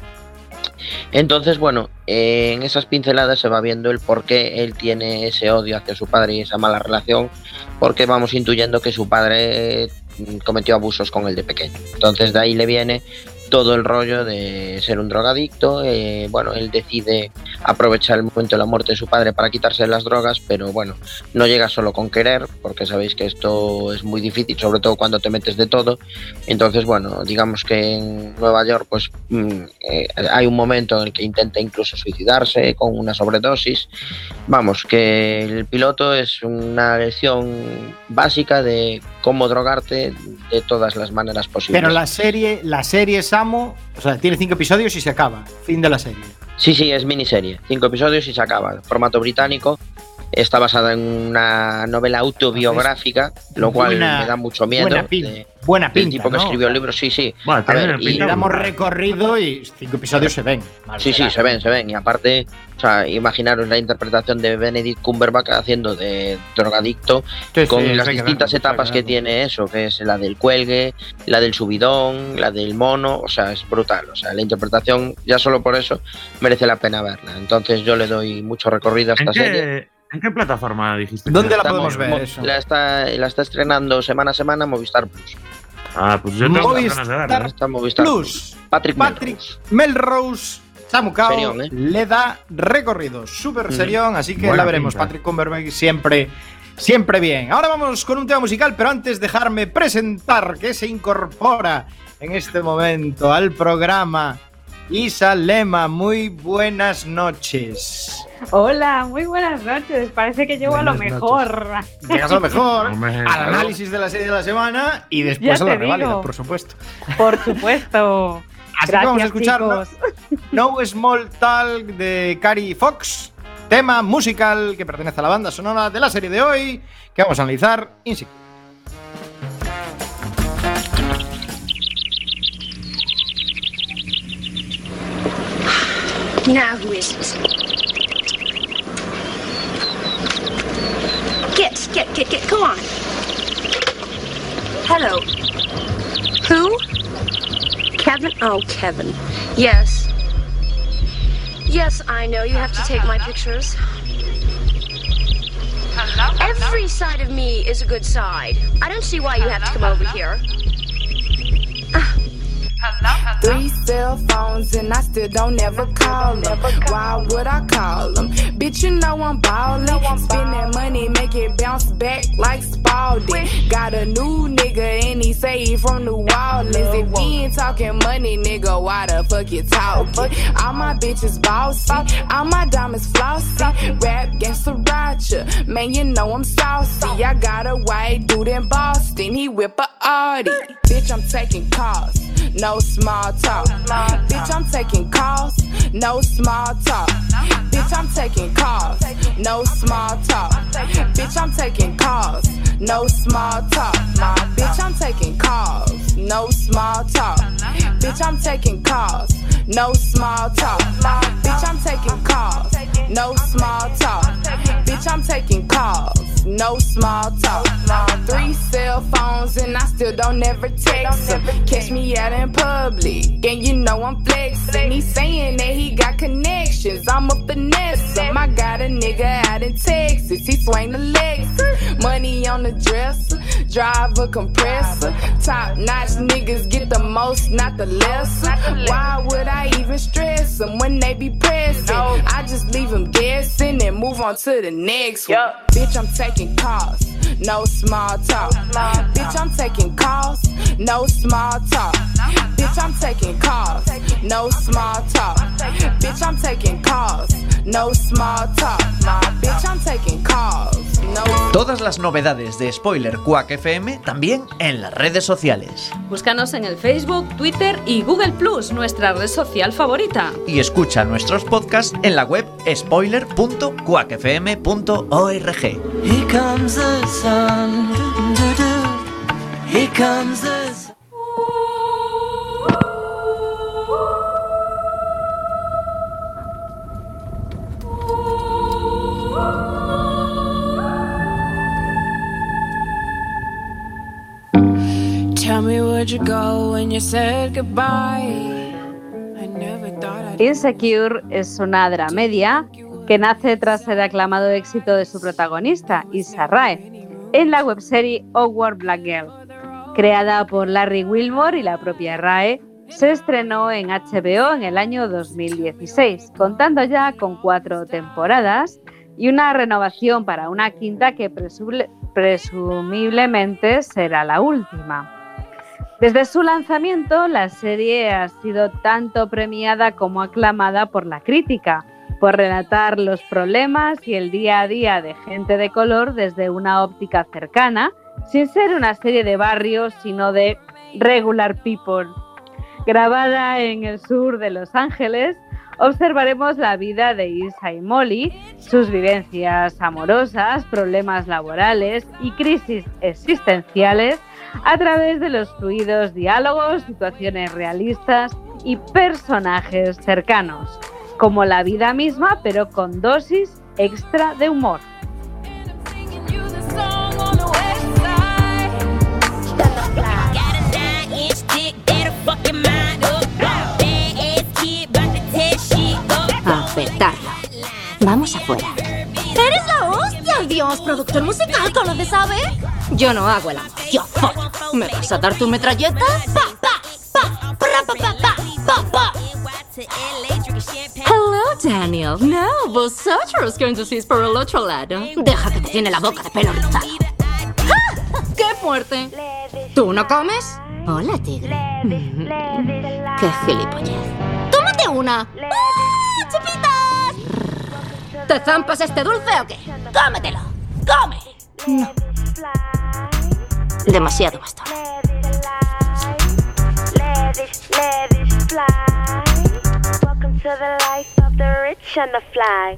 Speaker 1: Entonces, bueno, eh, en esas pinceladas se va viendo el por qué él tiene ese odio hacia su padre y esa mala relación, porque vamos intuyendo que su padre cometió abusos con él de pequeño. Entonces de ahí le viene todo el rollo de ser un drogadicto. Eh, bueno, él decide aprovechar el momento de la muerte de su padre para quitarse las drogas, pero bueno, no llega solo con querer, porque sabéis que esto es muy difícil, sobre todo cuando te metes de todo. Entonces, bueno, digamos que en Nueva York pues mm, eh, hay un momento en el que intenta incluso suicidarse con una sobredosis. Vamos, que el piloto es una lección básica de cómo drogarte de todas las maneras posibles.
Speaker 2: Pero la serie, la serie Samo, o sea, tiene cinco episodios y se acaba. Fin de la serie.
Speaker 1: Sí, sí, es miniserie. Cinco episodios y se acaba. Formato británico. Está basada en una novela autobiográfica, lo cual buena, me da mucho miedo.
Speaker 2: Buena, pin, de, buena pinta,
Speaker 1: el tipo que
Speaker 2: ¿no?
Speaker 1: escribió el libro, sí, sí.
Speaker 2: Bueno, a ver, y le damos recorrido y cinco episodios se ven.
Speaker 1: Sí, sí, se ven, se ven. Y aparte, o sea, imaginaros la interpretación de Benedict Cumberbatch haciendo de drogadicto, sí, con sí, las distintas que etapas que, que tiene eso, que es la del cuelgue, la del subidón, la del mono, o sea, es brutal. O sea, la interpretación, ya solo por eso, merece la pena verla. Entonces yo le doy mucho recorrido a esta
Speaker 3: ¿En qué,
Speaker 1: serie.
Speaker 3: ¿En qué plataforma dijiste?
Speaker 2: ¿Dónde la podemos ver? Eso?
Speaker 1: La está, la está estrenando semana a semana Movistar Plus.
Speaker 3: Ah, pues yo tengo ganas de verla.
Speaker 1: Está Movistar Plus.
Speaker 2: Plus.
Speaker 1: Patrick,
Speaker 2: Patrick Melrose. Samu Kao serión, ¿eh? Le da recorrido. Súper mm. serión, así que Buena la veremos. Pinta. Patrick Cumberbatch siempre, siempre bien. Ahora vamos con un tema musical, pero antes dejarme presentar que se incorpora en este momento al programa Isa Lema. Muy buenas noches.
Speaker 8: Hola, muy buenas noches. Parece que llego buenas a lo mejor.
Speaker 2: Noches. Llegas a lo mejor, al análisis de la serie de la semana y después a la reválida, por supuesto.
Speaker 8: Por supuesto.
Speaker 2: Así
Speaker 8: Gracias,
Speaker 2: que vamos a escuchar
Speaker 8: chicos.
Speaker 2: No Small Talk de Carrie Fox, tema musical que pertenece a la banda sonora de la serie de hoy, que vamos a analizar in situ.
Speaker 9: Now who is it? Get, get, get, get, come on. Hello. Who? Kevin? Oh, Kevin. Yes. Yes, I know. You have to take my pictures.
Speaker 10: Hello?
Speaker 9: Every side of me is a good side. I don't see why you have to come over here.
Speaker 10: Three cell phones and I still don't ever call them. Why would I call them? Bitch, you know I'm ballin'. Spend that money, make it bounce back like Spalding. Got a new nigga and he say he from New Orleans. If he ain't talking money, nigga, why the fuck you talking? All my bitches bossy, all my diamonds flossy. Rap gangsta Roger, man, you know I'm saucy. I got a white dude in Boston, he whip a Audi. Bitch, I'm taking calls. No small talk. Bitch, I'm taking calls. No small talk. Bitch, I'm taking calls. No small talk. Bitch, I'm taking calls. No small talk. Bitch, I'm taking calls. No small talk. Bitch, I'm taking calls. No small talk. Bitch, I'm taking calls. No small talk. Bitch, I'm taking calls. No small talk. Three cell phones and I still don't ever text them. Catch me out in public and you know I'm flexing. He saying that he got connections, I'ma finesse him. I got a nigga out in Texas, he swing the Lexus. Money on the dresser, drive a compressor. Top notch niggas get the most, not the lesser. Why would I even stress them when they be pressing? I just leave them guessing and move on to the next one. Bitch, I'm taking calls, no small talk. Bitch, I'm taking calls, no small talk. Bitch, I'm taking calls, no small talk. Bitch, I'm taking calls, no small talk. Bitch, I'm taking calls, no.
Speaker 6: Todas las novedades de Spoiler Quack F M también en las redes sociales.
Speaker 5: Búscanos en el Facebook, Twitter y Google Plus, nuestra red social favorita.
Speaker 6: Y escucha nuestros podcasts en la web spoiler punto quack f m punto org.
Speaker 11: Here comes the sun, do, do. Here comes the sun. Tell me where'd you go when you said goodbye. I never thought I'd...
Speaker 8: Insecure es una dramedia que nace tras el aclamado éxito de su protagonista, Issa Rae, en la webserie Awkward Black Girl. Creada por Larry Wilmore y la propia Rae, se estrenó en H B O en el año dos mil dieciséis, contando ya con cuatro temporadas y una renovación para una quinta que presuble, presumiblemente será la última. Desde su lanzamiento, la serie ha sido tanto premiada como aclamada por la crítica, por relatar los problemas y el día a día de gente de color desde una óptica cercana, sin ser una serie de barrios, sino de regular people. Grabada en el sur de Los Ángeles, observaremos la vida de Issa y Molly, sus vivencias amorosas, problemas laborales y crisis existenciales a través de los fluidos diálogos, situaciones realistas y personajes cercanos, como la vida misma, pero con dosis extra de humor.
Speaker 12: A petarlo. Vamos afuera.
Speaker 13: ¡Eres la hostia! ¡Dios! ¿Productor musical conoces, sabe?
Speaker 12: Yo no hago el amor, yo follo.
Speaker 13: ¿Me vas a dar tu metralleta? ¡Pa, pa, pa! ¡Pra, pa, pa, pa! ¡Pa, pa!
Speaker 12: Hello, Daniel. No, vosotros que os por el otro lado.
Speaker 13: Deja que te tiene la boca de pelo rizado. ¡Ah! ¡Qué fuerte! ¿Tú no comes?
Speaker 12: Hola, tigre. Qué gilipollez.
Speaker 13: ¡Tómate una! ¡Ah, chupitas! ¿Te zampas este dulce o qué? ¡Cómetelo! ¡Come!
Speaker 12: No. Demasiado bastón.
Speaker 14: To the life of the rich and the fly.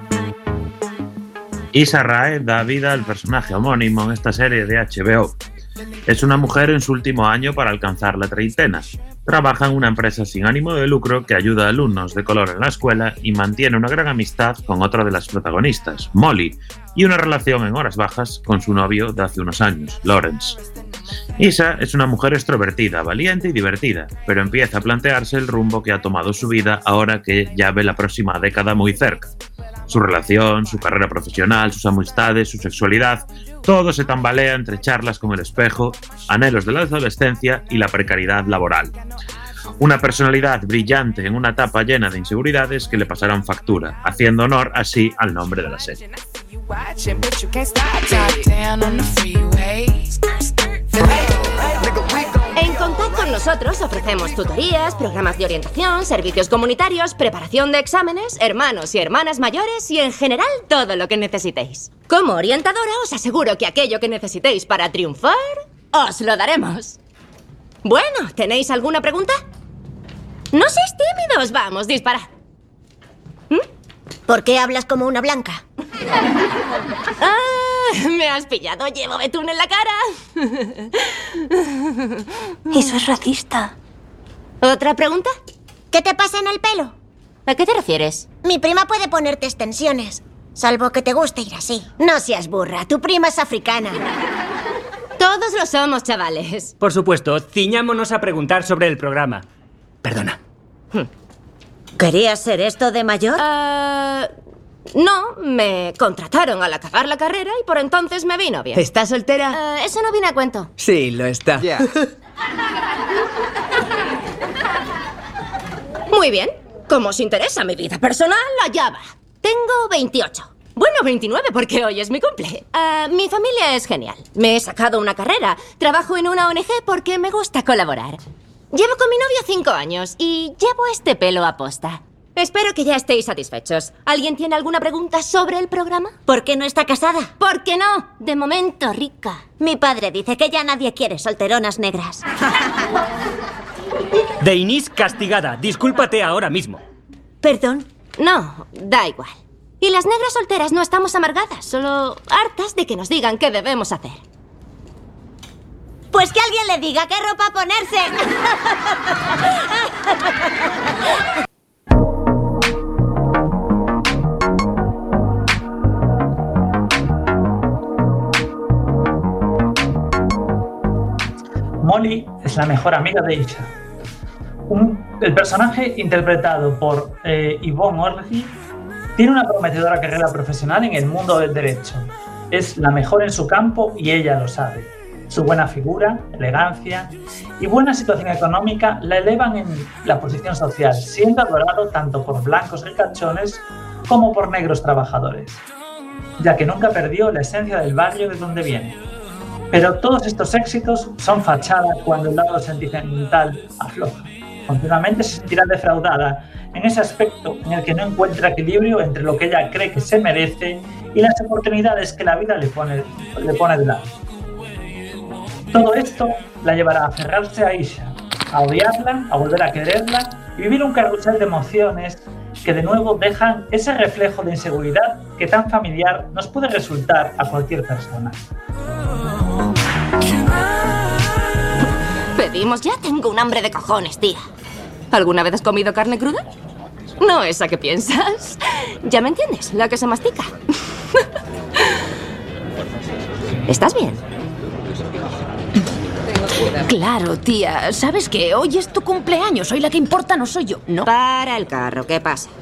Speaker 3: Issa Rae da vida al personaje homónimo en esta serie de H B O. Es una mujer en su último año para alcanzar la treintena. Trabaja en una empresa sin ánimo de lucro que ayuda a alumnos de color en la escuela y mantiene una gran amistad con otra de las protagonistas, Molly, y una relación en horas bajas con su novio de hace unos años, Lawrence. Isa es una mujer extrovertida, valiente y divertida, pero empieza a plantearse el rumbo que ha tomado su vida ahora que ya ve la próxima década muy cerca. Su relación, su carrera profesional, sus amistades, su sexualidad, todo se tambalea entre charlas con el espejo, anhelos de la adolescencia y la precariedad laboral. Una personalidad brillante en una etapa llena de inseguridades que le pasarán factura, haciendo honor así al nombre de la serie.
Speaker 13: En Contad con nosotros ofrecemos tutorías, programas de orientación, servicios comunitarios, preparación de exámenes, hermanos y hermanas mayores y en general todo lo que necesitéis. Como orientadora os aseguro que aquello que necesitéis para triunfar, os lo daremos. Bueno, ¿tenéis alguna pregunta? No seáis tímidos, vamos, disparad. ¿Mm?
Speaker 15: ¿Por qué hablas como una blanca?
Speaker 13: Ah, me has pillado, llevo betún en la cara.
Speaker 15: Eso es racista.
Speaker 13: ¿Otra pregunta?
Speaker 15: ¿Qué te pasa en el pelo?
Speaker 13: ¿A qué te refieres?
Speaker 15: Mi prima puede ponerte extensiones, salvo que te guste ir así.
Speaker 13: No seas burra, tu prima es africana. Todos lo somos, chavales.
Speaker 16: Por supuesto, ciñámonos a preguntar sobre el programa. Perdona.
Speaker 15: ¿Querías ser esto de mayor?
Speaker 13: Uh, no, me contrataron al acabar la carrera y por entonces me vino bien.
Speaker 17: ¿Estás soltera?
Speaker 13: Uh, eso no viene a cuento.
Speaker 17: Sí, lo está.
Speaker 13: Yeah. Muy bien. Como os interesa mi vida personal, allá va. Tengo veintiocho. Bueno, veintinueve porque hoy es mi cumple. Uh, mi familia es genial. Me he sacado una carrera. Trabajo en una O N G porque me gusta colaborar. Llevo con mi novio cinco años y llevo este pelo a posta. Espero que ya estéis satisfechos. ¿Alguien tiene alguna pregunta sobre el programa?
Speaker 15: ¿Por qué no está casada?
Speaker 13: ¿Por qué no? De momento, rica.
Speaker 15: Mi padre dice que ya nadie quiere solteronas negras.
Speaker 16: Denise castigada. Discúlpate ahora mismo.
Speaker 15: ¿Perdón?
Speaker 13: No, da igual. Y las negras solteras no estamos amargadas, solo hartas de que nos digan qué debemos hacer.
Speaker 15: Pues que alguien le diga qué ropa ponerse.
Speaker 4: Molly es la mejor amiga de Isa. Un, el personaje interpretado por eh, Yvonne Orji tiene una prometedora carrera profesional en el mundo del derecho. Es la mejor en su campo y ella lo sabe. Su buena figura, elegancia y buena situación económica la elevan en la posición social, siendo adorado tanto por blancos ricachones como por negros trabajadores, ya que nunca perdió la esencia del barrio de donde viene. Pero todos estos éxitos son fachada cuando el lado sentimental afloja. Continuamente se sentirá defraudada en ese aspecto en el que no encuentra equilibrio entre lo que ella cree que se merece y las oportunidades que la vida le pone, le pone delante. Todo esto la llevará a aferrarse a Isha, a odiarla, a volver a quererla y vivir un carrusel de emociones que de nuevo dejan ese reflejo de inseguridad que tan familiar nos puede resultar a cualquier persona.
Speaker 13: Pedimos ya, tengo un hambre de cojones, tía. ¿Alguna vez has comido carne cruda? No esa que piensas. Ya me entiendes, la que se mastica. ¿Estás bien?
Speaker 12: Claro, tía. ¿Sabes qué? Hoy es tu cumpleaños. Hoy la que importa no soy yo, ¿no?
Speaker 13: Para el carro, ¿qué pasa?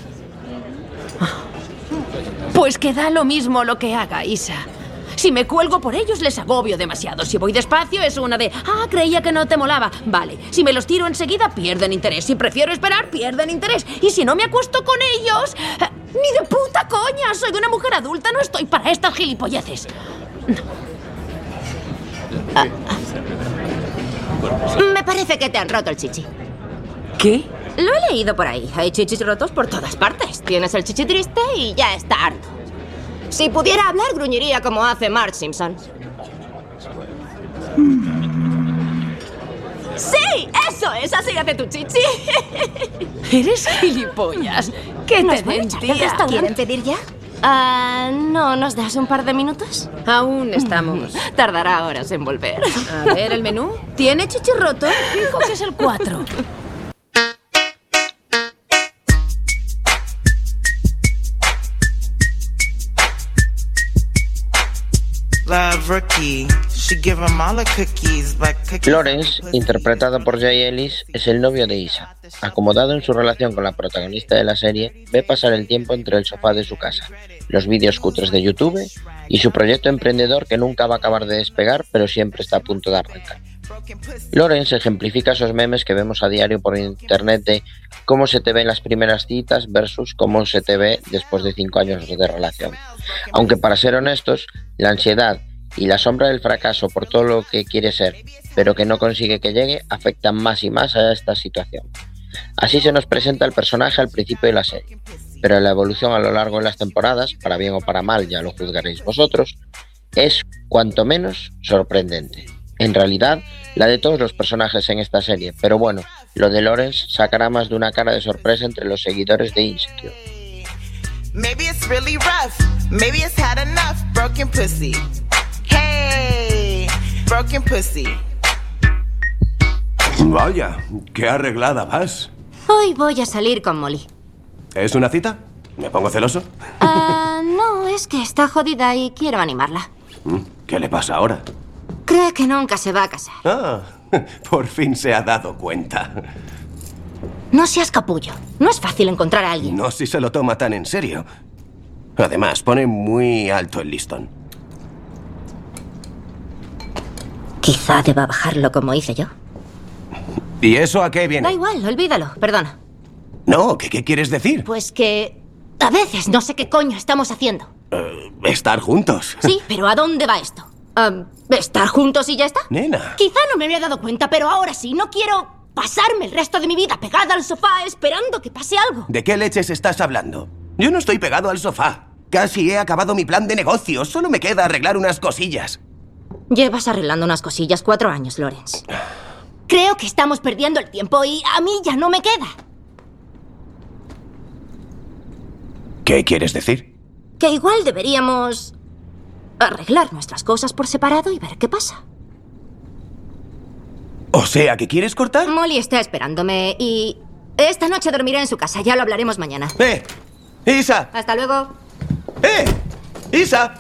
Speaker 12: Pues que da lo mismo lo que haga, Isa. Si me cuelgo por ellos, les agobio demasiado. Si voy despacio, es una de... Ah, creía que no te molaba. Vale. Si me los tiro enseguida, pierden interés. Si prefiero esperar, pierden interés. Y si no me acuesto con ellos... Eh, ¡ni de puta coña! Soy una mujer adulta, no estoy para estas gilipolleces.
Speaker 13: Ah, ah. Me parece que te han roto el chichi.
Speaker 12: ¿Qué?
Speaker 13: Lo he leído por ahí. Hay chichis rotos por todas partes. Tienes el chichi triste y ya está harto. Si pudiera hablar, gruñiría como hace Marge Simpson. ¡Sí! ¡Eso es! Así hace tu chichi.
Speaker 12: Eres gilipollas. ¿Qué te den, tía?
Speaker 15: ¿Quieren pedir ya?
Speaker 13: Ah, ¿no nos das un par de minutos?
Speaker 12: Aún estamos.
Speaker 13: Tardará horas en volver.
Speaker 12: A ver, el menú. ¿Tiene chichirroto? Fijo que es el cuatro.
Speaker 1: Lawrence, interpretado por Jay Ellis, es el novio de Isa. Acomodado en su relación con la protagonista de la serie, ve pasar el tiempo entre el sofá de su casa, los vídeos cutres de YouTube y su proyecto emprendedor que nunca va a acabar de despegar, pero siempre está a punto de arrancar. Lawrence ejemplifica esos memes que vemos a diario por internet de cómo se te ven las primeras citas versus cómo se te ve después de cinco años de relación. Aunque para ser honestos, la ansiedad y la sombra del fracaso por todo lo que quiere ser, pero que no consigue que llegue, afectan más y más a esta situación. Así se nos presenta el personaje al principio de la serie, pero la evolución a lo largo de las temporadas, para bien o para mal, ya lo juzgaréis vosotros, es cuanto menos sorprendente. En realidad, la de todos los personajes en esta serie, pero bueno, lo de Lawrence sacará más de una cara de sorpresa entre los seguidores de Insecure.
Speaker 17: Maybe it's really rough. Maybe it's had enough broken pussy. Hey, broken pussy.
Speaker 18: Vaya, qué arreglada vas.
Speaker 13: Hoy voy a salir con Molly.
Speaker 18: ¿Es una cita? ¿Me pongo celoso?
Speaker 13: Ah, no, es que está jodida y quiero animarla.
Speaker 18: ¿Qué le pasa ahora?
Speaker 13: Cree que nunca se va a casar.
Speaker 18: Ah, por fin se ha dado cuenta.
Speaker 13: No seas capullo. No es fácil encontrar a alguien.
Speaker 18: No si se lo toma tan en serio. Además, pone muy alto el listón.
Speaker 13: Quizá deba bajarlo como hice yo.
Speaker 18: ¿Y eso a qué viene?
Speaker 13: Da igual, olvídalo, perdona.
Speaker 18: No, ¿qué, qué quieres decir?
Speaker 13: Pues que a veces no sé qué coño estamos haciendo.
Speaker 18: Uh, estar juntos.
Speaker 13: Sí, pero ¿a dónde va esto? Um, ¿Estar juntos y ya está?
Speaker 18: Nena.
Speaker 13: Quizá no me había dado cuenta, pero ahora sí. No quiero pasarme el resto de mi vida pegada al sofá esperando que pase algo.
Speaker 18: ¿De qué leches estás hablando? Yo no estoy pegado al sofá. Casi he acabado mi plan de negocio. Solo me queda arreglar unas cosillas.
Speaker 13: Llevas arreglando unas cosillas cuatro años, Lawrence. Creo que estamos perdiendo el tiempo y a mí ya no me queda.
Speaker 18: ¿Qué quieres decir?
Speaker 13: Que igual deberíamos arreglar nuestras cosas por separado y ver qué pasa.
Speaker 18: O sea, ¿que quieres cortar?
Speaker 13: Molly está esperándome y esta noche dormiré en su casa. Ya lo hablaremos mañana.
Speaker 18: ¡Eh! ¡Isa!
Speaker 13: Hasta luego.
Speaker 18: ¡Eh! ¡Isa!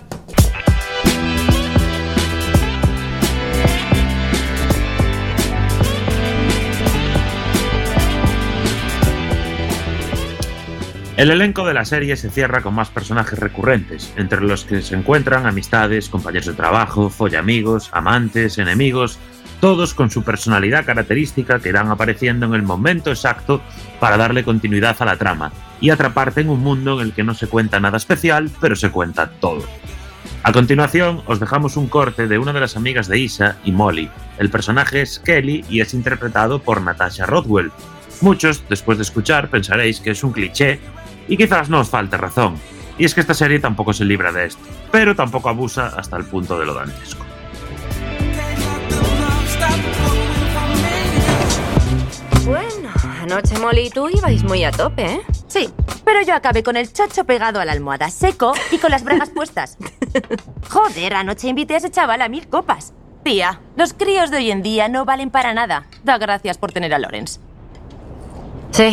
Speaker 3: El elenco de la serie se cierra con más personajes recurrentes, entre los que se encuentran amistades, compañeros de trabajo, follamigos, amantes, enemigos, todos con su personalidad característica que irán apareciendo en el momento exacto para darle continuidad a la trama y atraparte en un mundo en el que no se cuenta nada especial, pero se cuenta todo. A continuación, os dejamos un corte de una de las amigas de Isa y Molly. El personaje es Kelly y es interpretado por Natasha Rothwell. Muchos, después de escuchar, pensaréis que es un cliché, y quizás no os falte razón, y es que esta serie tampoco se libra de esto, pero tampoco abusa hasta el punto de lo dantesco.
Speaker 19: Bueno, anoche Molly y tú ibais muy a tope, ¿eh?
Speaker 20: Sí, pero yo acabé con el chocho pegado a la almohada, seco y con las bragas puestas. Joder, anoche invité a ese chaval a mil copas. Tía, los críos de hoy en día no valen para nada. Da gracias por tener a Lawrence.
Speaker 19: Sí.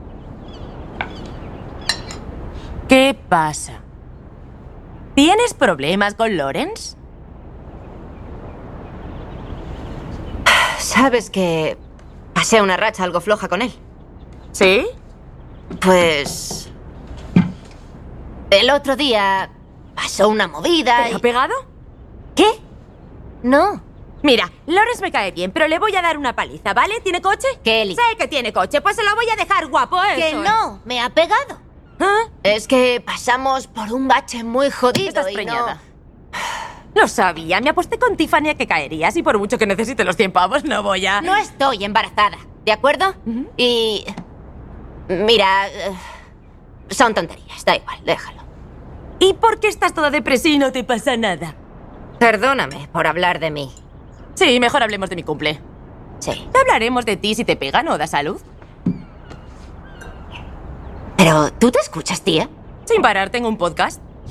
Speaker 20: ¿Qué pasa? ¿Tienes problemas con Lawrence?
Speaker 19: Sabes que pasé una racha algo floja con él.
Speaker 20: ¿Sí?
Speaker 19: Pues el otro día pasó una movida.
Speaker 20: ¿Te
Speaker 19: y...
Speaker 20: ha pegado?
Speaker 19: ¿Qué? No.
Speaker 20: Mira, Lawrence me cae bien, pero le voy a dar una paliza, ¿vale? ¿Tiene coche?
Speaker 19: Kelly.
Speaker 20: Sé que tiene coche, pues se lo voy a dejar guapo, eso.
Speaker 19: Que no, me ha pegado.
Speaker 20: ¿Ah?
Speaker 19: Es que pasamos por un bache muy jodido.
Speaker 20: Estás
Speaker 19: y
Speaker 20: preñada. No... Lo sabía, me aposté con Tiffany a que caerías y por mucho que necesite los cien pavos no voy a...
Speaker 19: No estoy embarazada, ¿de acuerdo? Uh-huh. Y... Mira... Uh, son tonterías, da igual, déjalo.
Speaker 20: ¿Y por qué estás toda depresiva y no te pasa nada?
Speaker 19: Perdóname por hablar de mí.
Speaker 20: Sí, mejor hablemos de mi cumple.
Speaker 19: Sí.
Speaker 20: Hablaremos de ti si te pegan o da salud.
Speaker 19: Pero, ¿tú te escuchas, tía?
Speaker 20: Sin parar, tengo un podcast.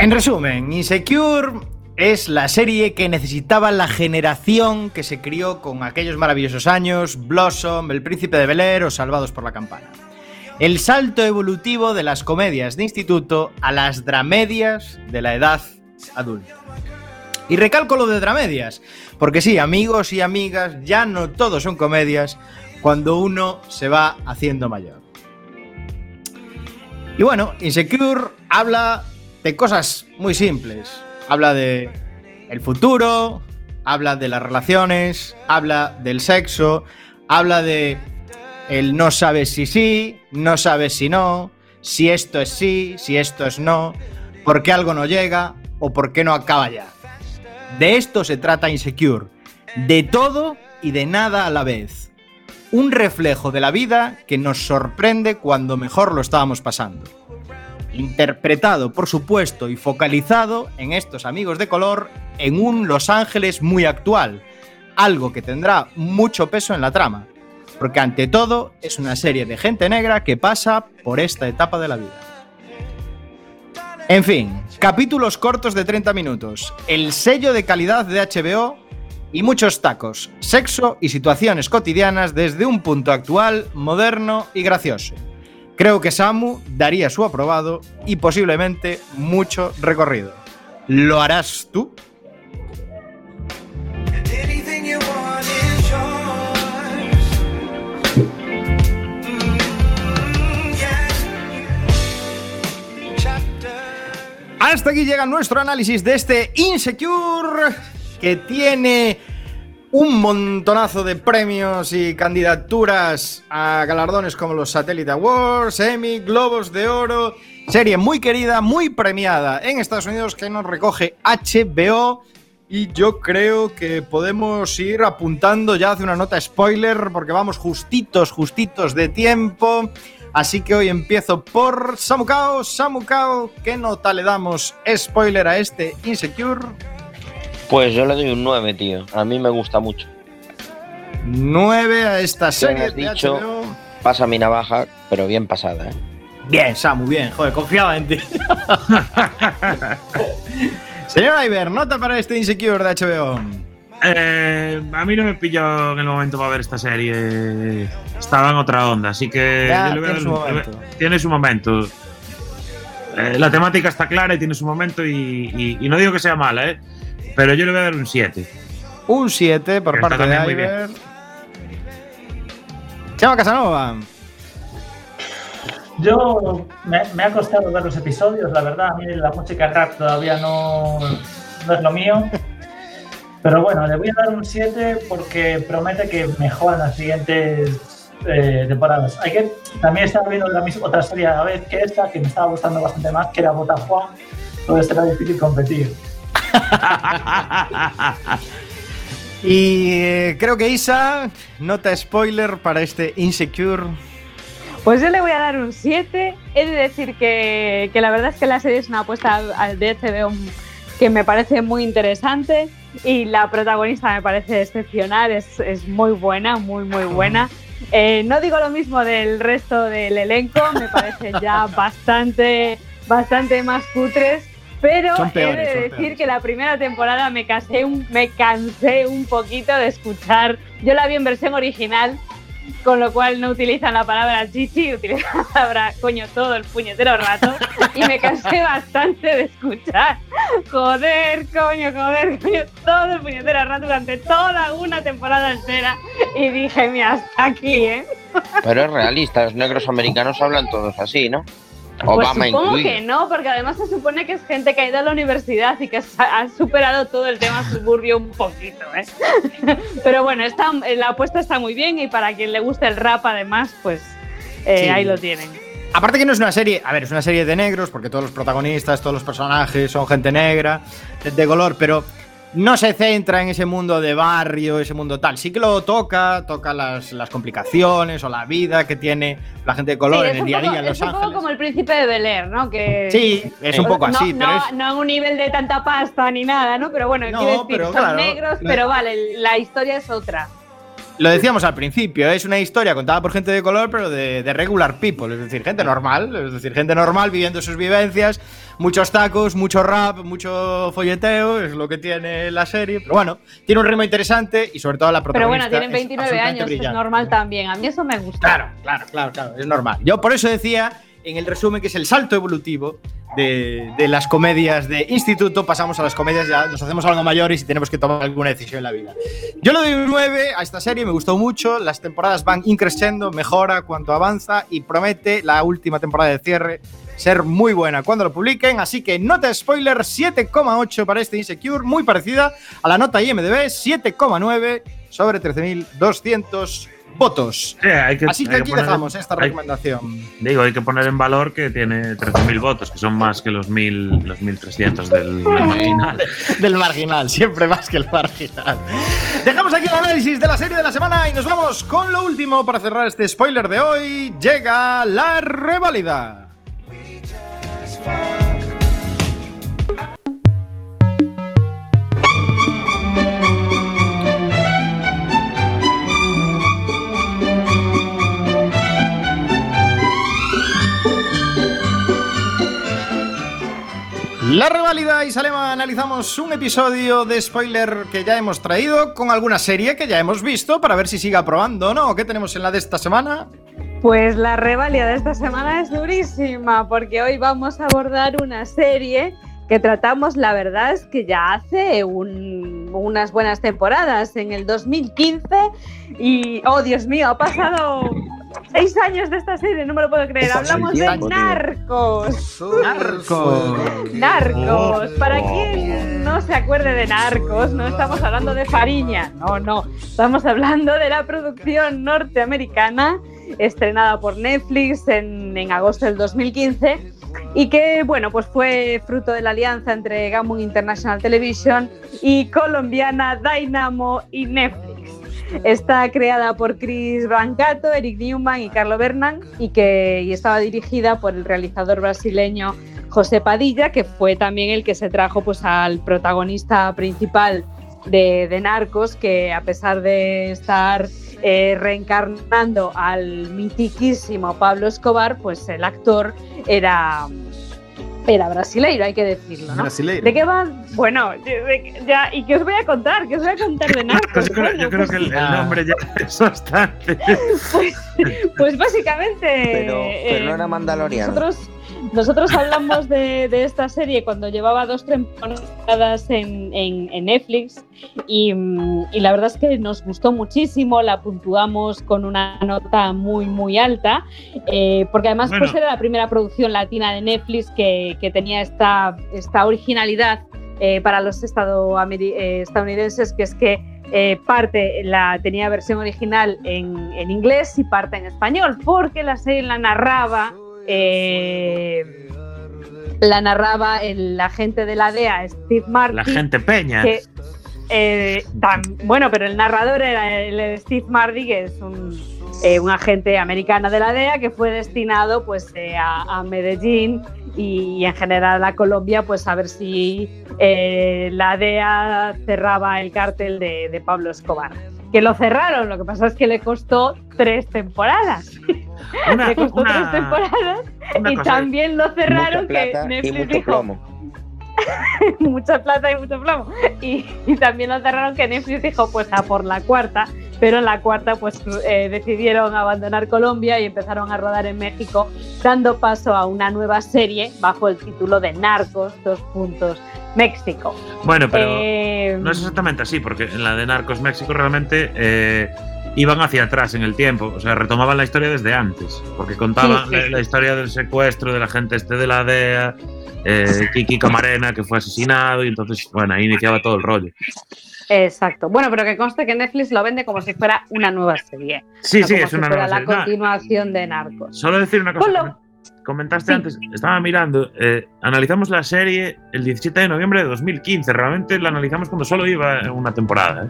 Speaker 2: En resumen, Insecure es la serie que necesitaba la generación que se crió con aquellos maravillosos años, Blossom, El Príncipe de Bel-Air o Salvados por la Campana. El salto evolutivo de las comedias de instituto a las dramedias de la edad adulta. Y recalco lo de dramedias, porque sí, amigos y amigas, ya no todos son comedias cuando uno se va haciendo mayor. Y bueno, Insecure habla de cosas muy simples. Habla de el futuro, habla de las relaciones, habla del sexo, habla de el no sabes si sí, no sabes si no, si esto es sí, si esto es no, por qué algo no llega o por qué no acaba ya. De esto se trata Insecure, de todo y de nada a la vez. Un reflejo de la vida que nos sorprende cuando mejor lo estábamos pasando. Interpretado, por supuesto, y focalizado en estos amigos de color en un Los Ángeles muy actual, algo que tendrá mucho peso en la trama. Porque ante todo es una serie de gente negra que pasa por esta etapa de la vida. En fin, capítulos cortos de treinta minutos, el sello de calidad de H B O y muchos tacos, sexo y situaciones cotidianas desde un punto actual, moderno y gracioso. Creo que Samu daría su aprobado y posiblemente mucho recorrido. ¿Lo harás tú? Hasta aquí llega nuestro análisis de este Insecure, que tiene un montonazo de premios y candidaturas a galardones como los Satellite Awards, Emmy, Globos de Oro. Serie muy querida, muy premiada en Estados Unidos que nos recoge H B O. Y yo creo que podemos ir apuntando ya hacia una nota spoiler porque vamos justitos, justitos de tiempo. Así que hoy empiezo por Samucao. Samucao, ¿qué nota le damos spoiler a este Insecure?
Speaker 1: Pues yo le doy un nueve, tío. A mí me gusta mucho.
Speaker 2: nueve a esta serie de
Speaker 1: dicho,
Speaker 2: H B O.
Speaker 1: Pasa mi navaja, pero bien pasada, ¿eh?
Speaker 2: Bien, Samu, bien. Joder, confiaba en ti. Señor Iber, nota para este Insecure de H B O.
Speaker 3: Eh, a mí no me pilló en el momento para ver esta serie. Estaba en otra onda, así que
Speaker 2: ya,
Speaker 3: yo le voy a
Speaker 2: tiene,
Speaker 3: dar,
Speaker 2: su momento.
Speaker 3: tiene su momento. Eh, la temática está clara y tiene su momento y, y, y no digo que sea mala, ¿eh? Pero yo le voy a dar un siete.
Speaker 2: Un siete por
Speaker 3: que
Speaker 2: parte de Iber. Chema Casanova.
Speaker 4: Yo me, me ha costado ver los episodios, la verdad. A mí la música rap todavía no, no es lo mío. Pero bueno, le voy a dar un siete porque promete que mejora en las siguientes eh, temporadas. Hay que, también estaba viendo la misma, otra serie a la vez que esta, que me estaba gustando bastante más, que era Bota Juan. Entonces será difícil competir.
Speaker 2: Y eh, creo que Isa, nota spoiler para este Insecure.
Speaker 8: Pues yo le voy a dar un siete. He de decir que, que la verdad es que la serie es una apuesta de H B O que me parece muy interesante y la protagonista me parece excepcional, es, es muy buena, muy muy buena. Eh, no digo lo mismo del resto del elenco, me parecen ya bastante, bastante más cutres, pero peores, he de decir peores. Que la primera temporada me cansé, un, me cansé un poquito de escuchar, yo la vi en versión original, con lo cual no utilizan la palabra chichi, utilizan la palabra coño todo el puñetero rato y me cansé bastante de escuchar joder, coño, joder, coño, todo el puñetero rato durante toda una temporada entera y dije, mira, hasta aquí, ¿eh?
Speaker 1: Pero es realista, los negros americanos hablan todos así, ¿no?
Speaker 8: Pues
Speaker 1: Obama
Speaker 8: supongo
Speaker 1: incluido.
Speaker 8: Que no, porque además se supone que es gente que ha ido a la universidad y que ha superado todo el tema suburbio un poquito, ¿eh? Pero bueno, está, la apuesta está muy bien y para quien le guste el rap además, pues eh, sí. Ahí lo tienen.
Speaker 2: Aparte que no es una serie, a ver, es una serie de negros porque todos los protagonistas, todos los personajes son gente negra, de color, pero no se centra en ese mundo de barrio, ese mundo tal. Sí que lo toca, toca las, las complicaciones o la vida que tiene la gente de color sí, en el día a día en Los Ángeles.
Speaker 8: Es un poco como El Príncipe de Bel-Air, ¿no? Que
Speaker 2: sí, es un poco así.
Speaker 8: No,
Speaker 2: pero
Speaker 8: no,
Speaker 2: es...
Speaker 8: no a un nivel de tanta pasta ni nada, ¿no? Pero bueno,
Speaker 2: no,
Speaker 8: quiero decir,
Speaker 2: pero,
Speaker 8: son
Speaker 2: claro,
Speaker 8: negros,
Speaker 2: no.
Speaker 8: Pero vale, la historia es otra.
Speaker 2: lo decíamos al principio, es una historia contada por gente de color, pero de, de regular people, es decir, gente normal, es decir, gente normal viviendo sus vivencias, muchos tacos, mucho rap, mucho folleteo, es lo que tiene la serie, pero bueno, tiene un ritmo interesante y sobre todo la protagonista.
Speaker 8: Pero bueno, tienen veintinueve años, brillante. Es normal también, a mí eso me gusta.
Speaker 2: Claro, claro, claro, claro, es normal. Yo por eso decía en el resumen que es el salto evolutivo de, de las comedias de instituto, pasamos a las comedias, ya nos hacemos algo mayores y tenemos que tomar alguna decisión en la vida. Yo le doy un nueve a esta serie, me gustó mucho, las temporadas van increciendo, mejora cuanto avanza y promete la última temporada de cierre ser muy buena cuando lo publiquen, así que nota spoiler siete coma ocho para este Insecure, muy parecida a la nota I M D B siete coma nueve sobre trece mil doscientos votos.
Speaker 3: Sí, hay que,
Speaker 2: así que
Speaker 3: hay
Speaker 2: aquí
Speaker 3: que poner,
Speaker 2: dejamos esta
Speaker 3: hay,
Speaker 2: recomendación.
Speaker 3: Digo, hay que poner en valor que tiene trece mil votos, que son más que los mil, los mil trescientos del, del marginal.
Speaker 2: Del marginal, siempre más que el marginal. Dejamos aquí el análisis de la serie de la semana y nos vamos con lo último para cerrar este spoiler de hoy. Llega la reválida. La reválida y Salema analizamos un episodio de spoiler que ya hemos traído con alguna serie que ya hemos visto para ver si sigue aprobando o no. ¿Qué tenemos en la de esta semana?
Speaker 8: Pues la reválida de esta semana es durísima porque hoy vamos a abordar una serie que tratamos, la verdad es que ya hace un, unas buenas temporadas, en el dos mil quince y, oh Dios mío, ha pasado seis años de esta serie, no me lo puedo creer. Hablamos de Narcos.
Speaker 2: Narcos.
Speaker 8: Narcos. Para quien no se acuerde de Narcos, no estamos hablando de Fariña, no, no. Estamos hablando de la producción norteamericana estrenada por Netflix en, en agosto del dos mil quince y que, bueno, pues fue fruto de la alianza entre Gammon International Television y colombiana Dynamo y Netflix. Está creada por Chris Brancato, Eric Newman y Carlo Bernal y, que, y estaba dirigida por el realizador brasileño José Padilla, que fue también el que se trajo pues, al protagonista principal de, de Narcos, que a pesar de estar eh, reencarnando al mitiquísimo Pablo Escobar, pues el actor era... Era brasileiro, hay que decirlo, ¿no?
Speaker 2: Brasileiro.
Speaker 8: ¿De qué va? Bueno, de, ya, ¿y qué os voy a contar? ¿Qué os voy a contar de Narcos?
Speaker 3: Yo creo,
Speaker 8: bueno,
Speaker 3: yo creo
Speaker 8: pues,
Speaker 3: que el, el nombre ya es bastante.
Speaker 8: Pues, pues básicamente...
Speaker 1: Pero, pero
Speaker 8: eh,
Speaker 1: no era mandaloriano.
Speaker 8: Nosotros, nosotros hablamos de, de esta serie cuando llevaba dos temporadas en, en, en Netflix y, y la verdad es que nos gustó muchísimo, la puntuamos con una nota muy, muy alta, eh, porque además bueno. pues era la primera producción latina de Netflix que, que tenía esta, esta originalidad eh, para los eh, estadounidenses, que es que Eh, parte la tenía versión original en, en inglés y parte en español, porque la serie la narraba eh, la narraba el agente de la D E A, Steve Martin.
Speaker 3: La agente Peña.
Speaker 8: Que, eh, tan, bueno, pero el narrador era el Steve Martin, que es un, eh, un agente americano de la D E A que fue destinado pues, eh, a, a Medellín y, y en general a Colombia, pues a ver si eh, la D E A cerraba el cártel de, de Pablo Escobar. Que lo cerraron, lo que pasa es que le costó tres temporadas. Una, le costó una, tres temporadas y cosa, también lo cerraron, que Netflix dijo... Plomo. Mucha plata y mucho plomo. Y, y también lo cerraron, que Netflix dijo pues a por la cuarta, pero en la cuarta pues eh, decidieron abandonar Colombia y empezaron a rodar en México, dando paso a una nueva serie bajo el título de Narcos, dos puntos, México.
Speaker 3: Bueno, pero eh, no es exactamente así, porque en la de Narcos México realmente eh, iban hacia atrás en el tiempo, o sea, retomaban la historia desde antes, porque contaban sí, sí. La, la historia del secuestro de la gente este de la D E A, eh, Kiki Camarena, que fue asesinado, y entonces, bueno, ahí iniciaba todo el rollo.
Speaker 8: Exacto. Bueno, pero que conste que Netflix lo vende como si fuera una nueva serie.
Speaker 3: Sí,
Speaker 8: no
Speaker 3: sí,
Speaker 8: como
Speaker 3: es
Speaker 8: si
Speaker 3: una
Speaker 8: fuera
Speaker 3: nueva
Speaker 8: la
Speaker 3: serie.
Speaker 8: continuación de Narcos.
Speaker 3: Solo decir una cosa.
Speaker 8: Ponlo.
Speaker 3: Comentaste
Speaker 8: sí.
Speaker 3: antes, estaba mirando, eh, analizamos la serie el diecisiete de noviembre de dos mil quince. Realmente la analizamos cuando solo iba una temporada. ¿eh?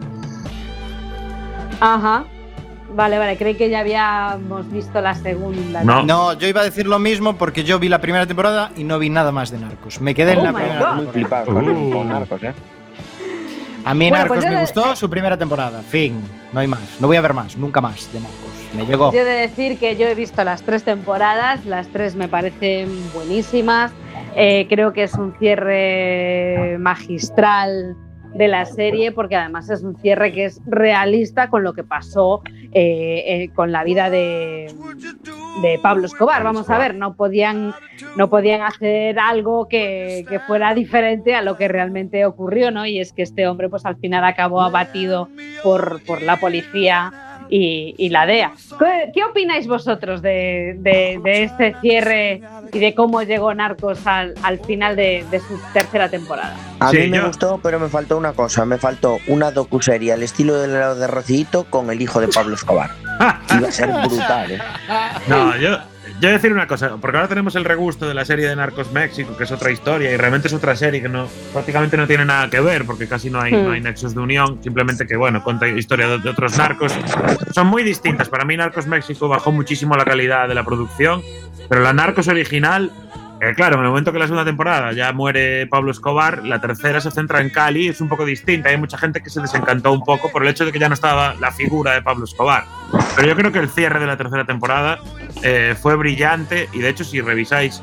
Speaker 8: Ajá. Vale, vale, creí que ya habíamos visto la segunda.
Speaker 2: No. no, yo iba a decir lo mismo porque yo vi la primera temporada y no vi nada más de Narcos. Me quedé
Speaker 8: oh
Speaker 2: en la primera
Speaker 8: God.
Speaker 2: temporada.
Speaker 1: Muy flipado con, uh. con Narcos, ¿eh?
Speaker 2: A mí
Speaker 8: Bueno,
Speaker 2: Narcos
Speaker 8: pues yo
Speaker 2: me
Speaker 8: de-
Speaker 2: gustó su primera temporada. Fin. No hay más. No voy a ver más. Nunca más de Narcos. Me llegó.
Speaker 8: Yo he de decir que yo he visto las tres temporadas, las tres me parecen buenísimas. Eh, creo que es un cierre magistral de la serie, porque además es un cierre que es realista con lo que pasó eh, eh, con la vida de, de Pablo Escobar. Vamos a ver, no podían, no podían hacer algo que, que fuera diferente a lo que realmente ocurrió, ¿no? Y es que este hombre, pues al final acabó abatido por, por la policía y, y la D E A. ¿Qué, qué opináis vosotros de, de, de este cierre y de cómo llegó Narcos al, al final de, de su tercera temporada?
Speaker 1: A
Speaker 3: Sí,
Speaker 1: mí me
Speaker 3: yo-
Speaker 1: gustó, pero me faltó una cosa. Me faltó una docuserie al estilo del helado de Rocito con el hijo de Pablo Escobar. Iba a ser brutal, ¿eh?
Speaker 3: No, yo, yo decir una cosa, porque ahora tenemos el regusto de la serie de Narcos México, que es otra historia, y realmente es otra serie que no prácticamente no tiene nada que ver, porque casi no hay,
Speaker 8: Hmm.
Speaker 3: no hay nexos de unión, simplemente que, bueno, cuenta historia de, de otros narcos. Son muy distintas. Para mí Narcos México bajó muchísimo la calidad de la producción, pero la Narcos original, eh, claro, en el momento que la segunda temporada ya muere Pablo Escobar, la tercera se centra en Cali, es un poco distinta. Hay mucha gente que se desencantó un poco por el hecho de que ya no estaba la figura de Pablo Escobar. Pero yo creo que el cierre de la tercera temporada eh, fue brillante, y de hecho si revisáis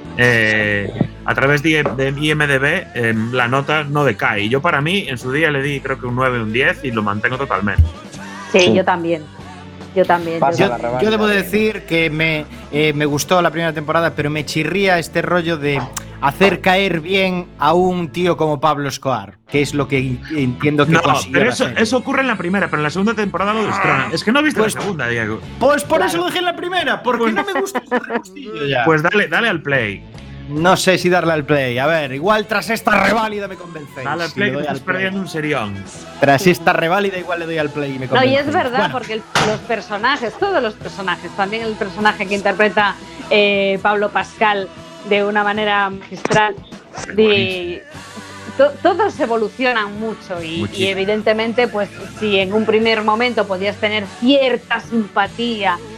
Speaker 3: eh, a través de, de I M D B, eh, la nota no decae. Y yo para mí en su día le di creo que un nueve, un diez, y lo mantengo totalmente.
Speaker 8: Sí,
Speaker 1: Sí.
Speaker 8: yo también. Yo también.
Speaker 1: Pasa
Speaker 8: yo-
Speaker 1: la revancha.
Speaker 2: Yo debo decir que me, eh, me gustó la primera temporada, pero me chirría este rollo de hacer caer bien a un tío como Pablo Escobar, que es lo que in- entiendo que
Speaker 3: No,
Speaker 2: consiguió
Speaker 3: pero
Speaker 2: la
Speaker 3: eso,
Speaker 2: serie.
Speaker 3: eso ocurre en la primera, pero en la segunda temporada lo destrona. Es que no viste
Speaker 2: Pues-
Speaker 3: la segunda, Diego.
Speaker 2: Pues por eso lo dejé en la primera, porque no me gusta ese regustillo ya.
Speaker 3: Pues dale, dale al play.
Speaker 2: No sé si darle al play. A ver, igual tras esta reválida me convencéis.
Speaker 3: Dale al
Speaker 2: Si
Speaker 3: play,
Speaker 2: le
Speaker 3: que
Speaker 2: doy
Speaker 3: te
Speaker 2: al
Speaker 3: estás
Speaker 2: play.
Speaker 3: perdiendo un serión.
Speaker 2: Tras esta reválida igual le doy al play y me
Speaker 8: No, y
Speaker 2: convencéis.
Speaker 8: es verdad,
Speaker 2: Bueno,
Speaker 8: porque el- los personajes, todos los personajes, también el personaje que interpreta eh, Pablo Pascal de una manera magistral, de, to- todos evolucionan mucho y,
Speaker 3: Muchísimo.
Speaker 8: y evidentemente, pues si en un primer momento podías tener cierta simpatía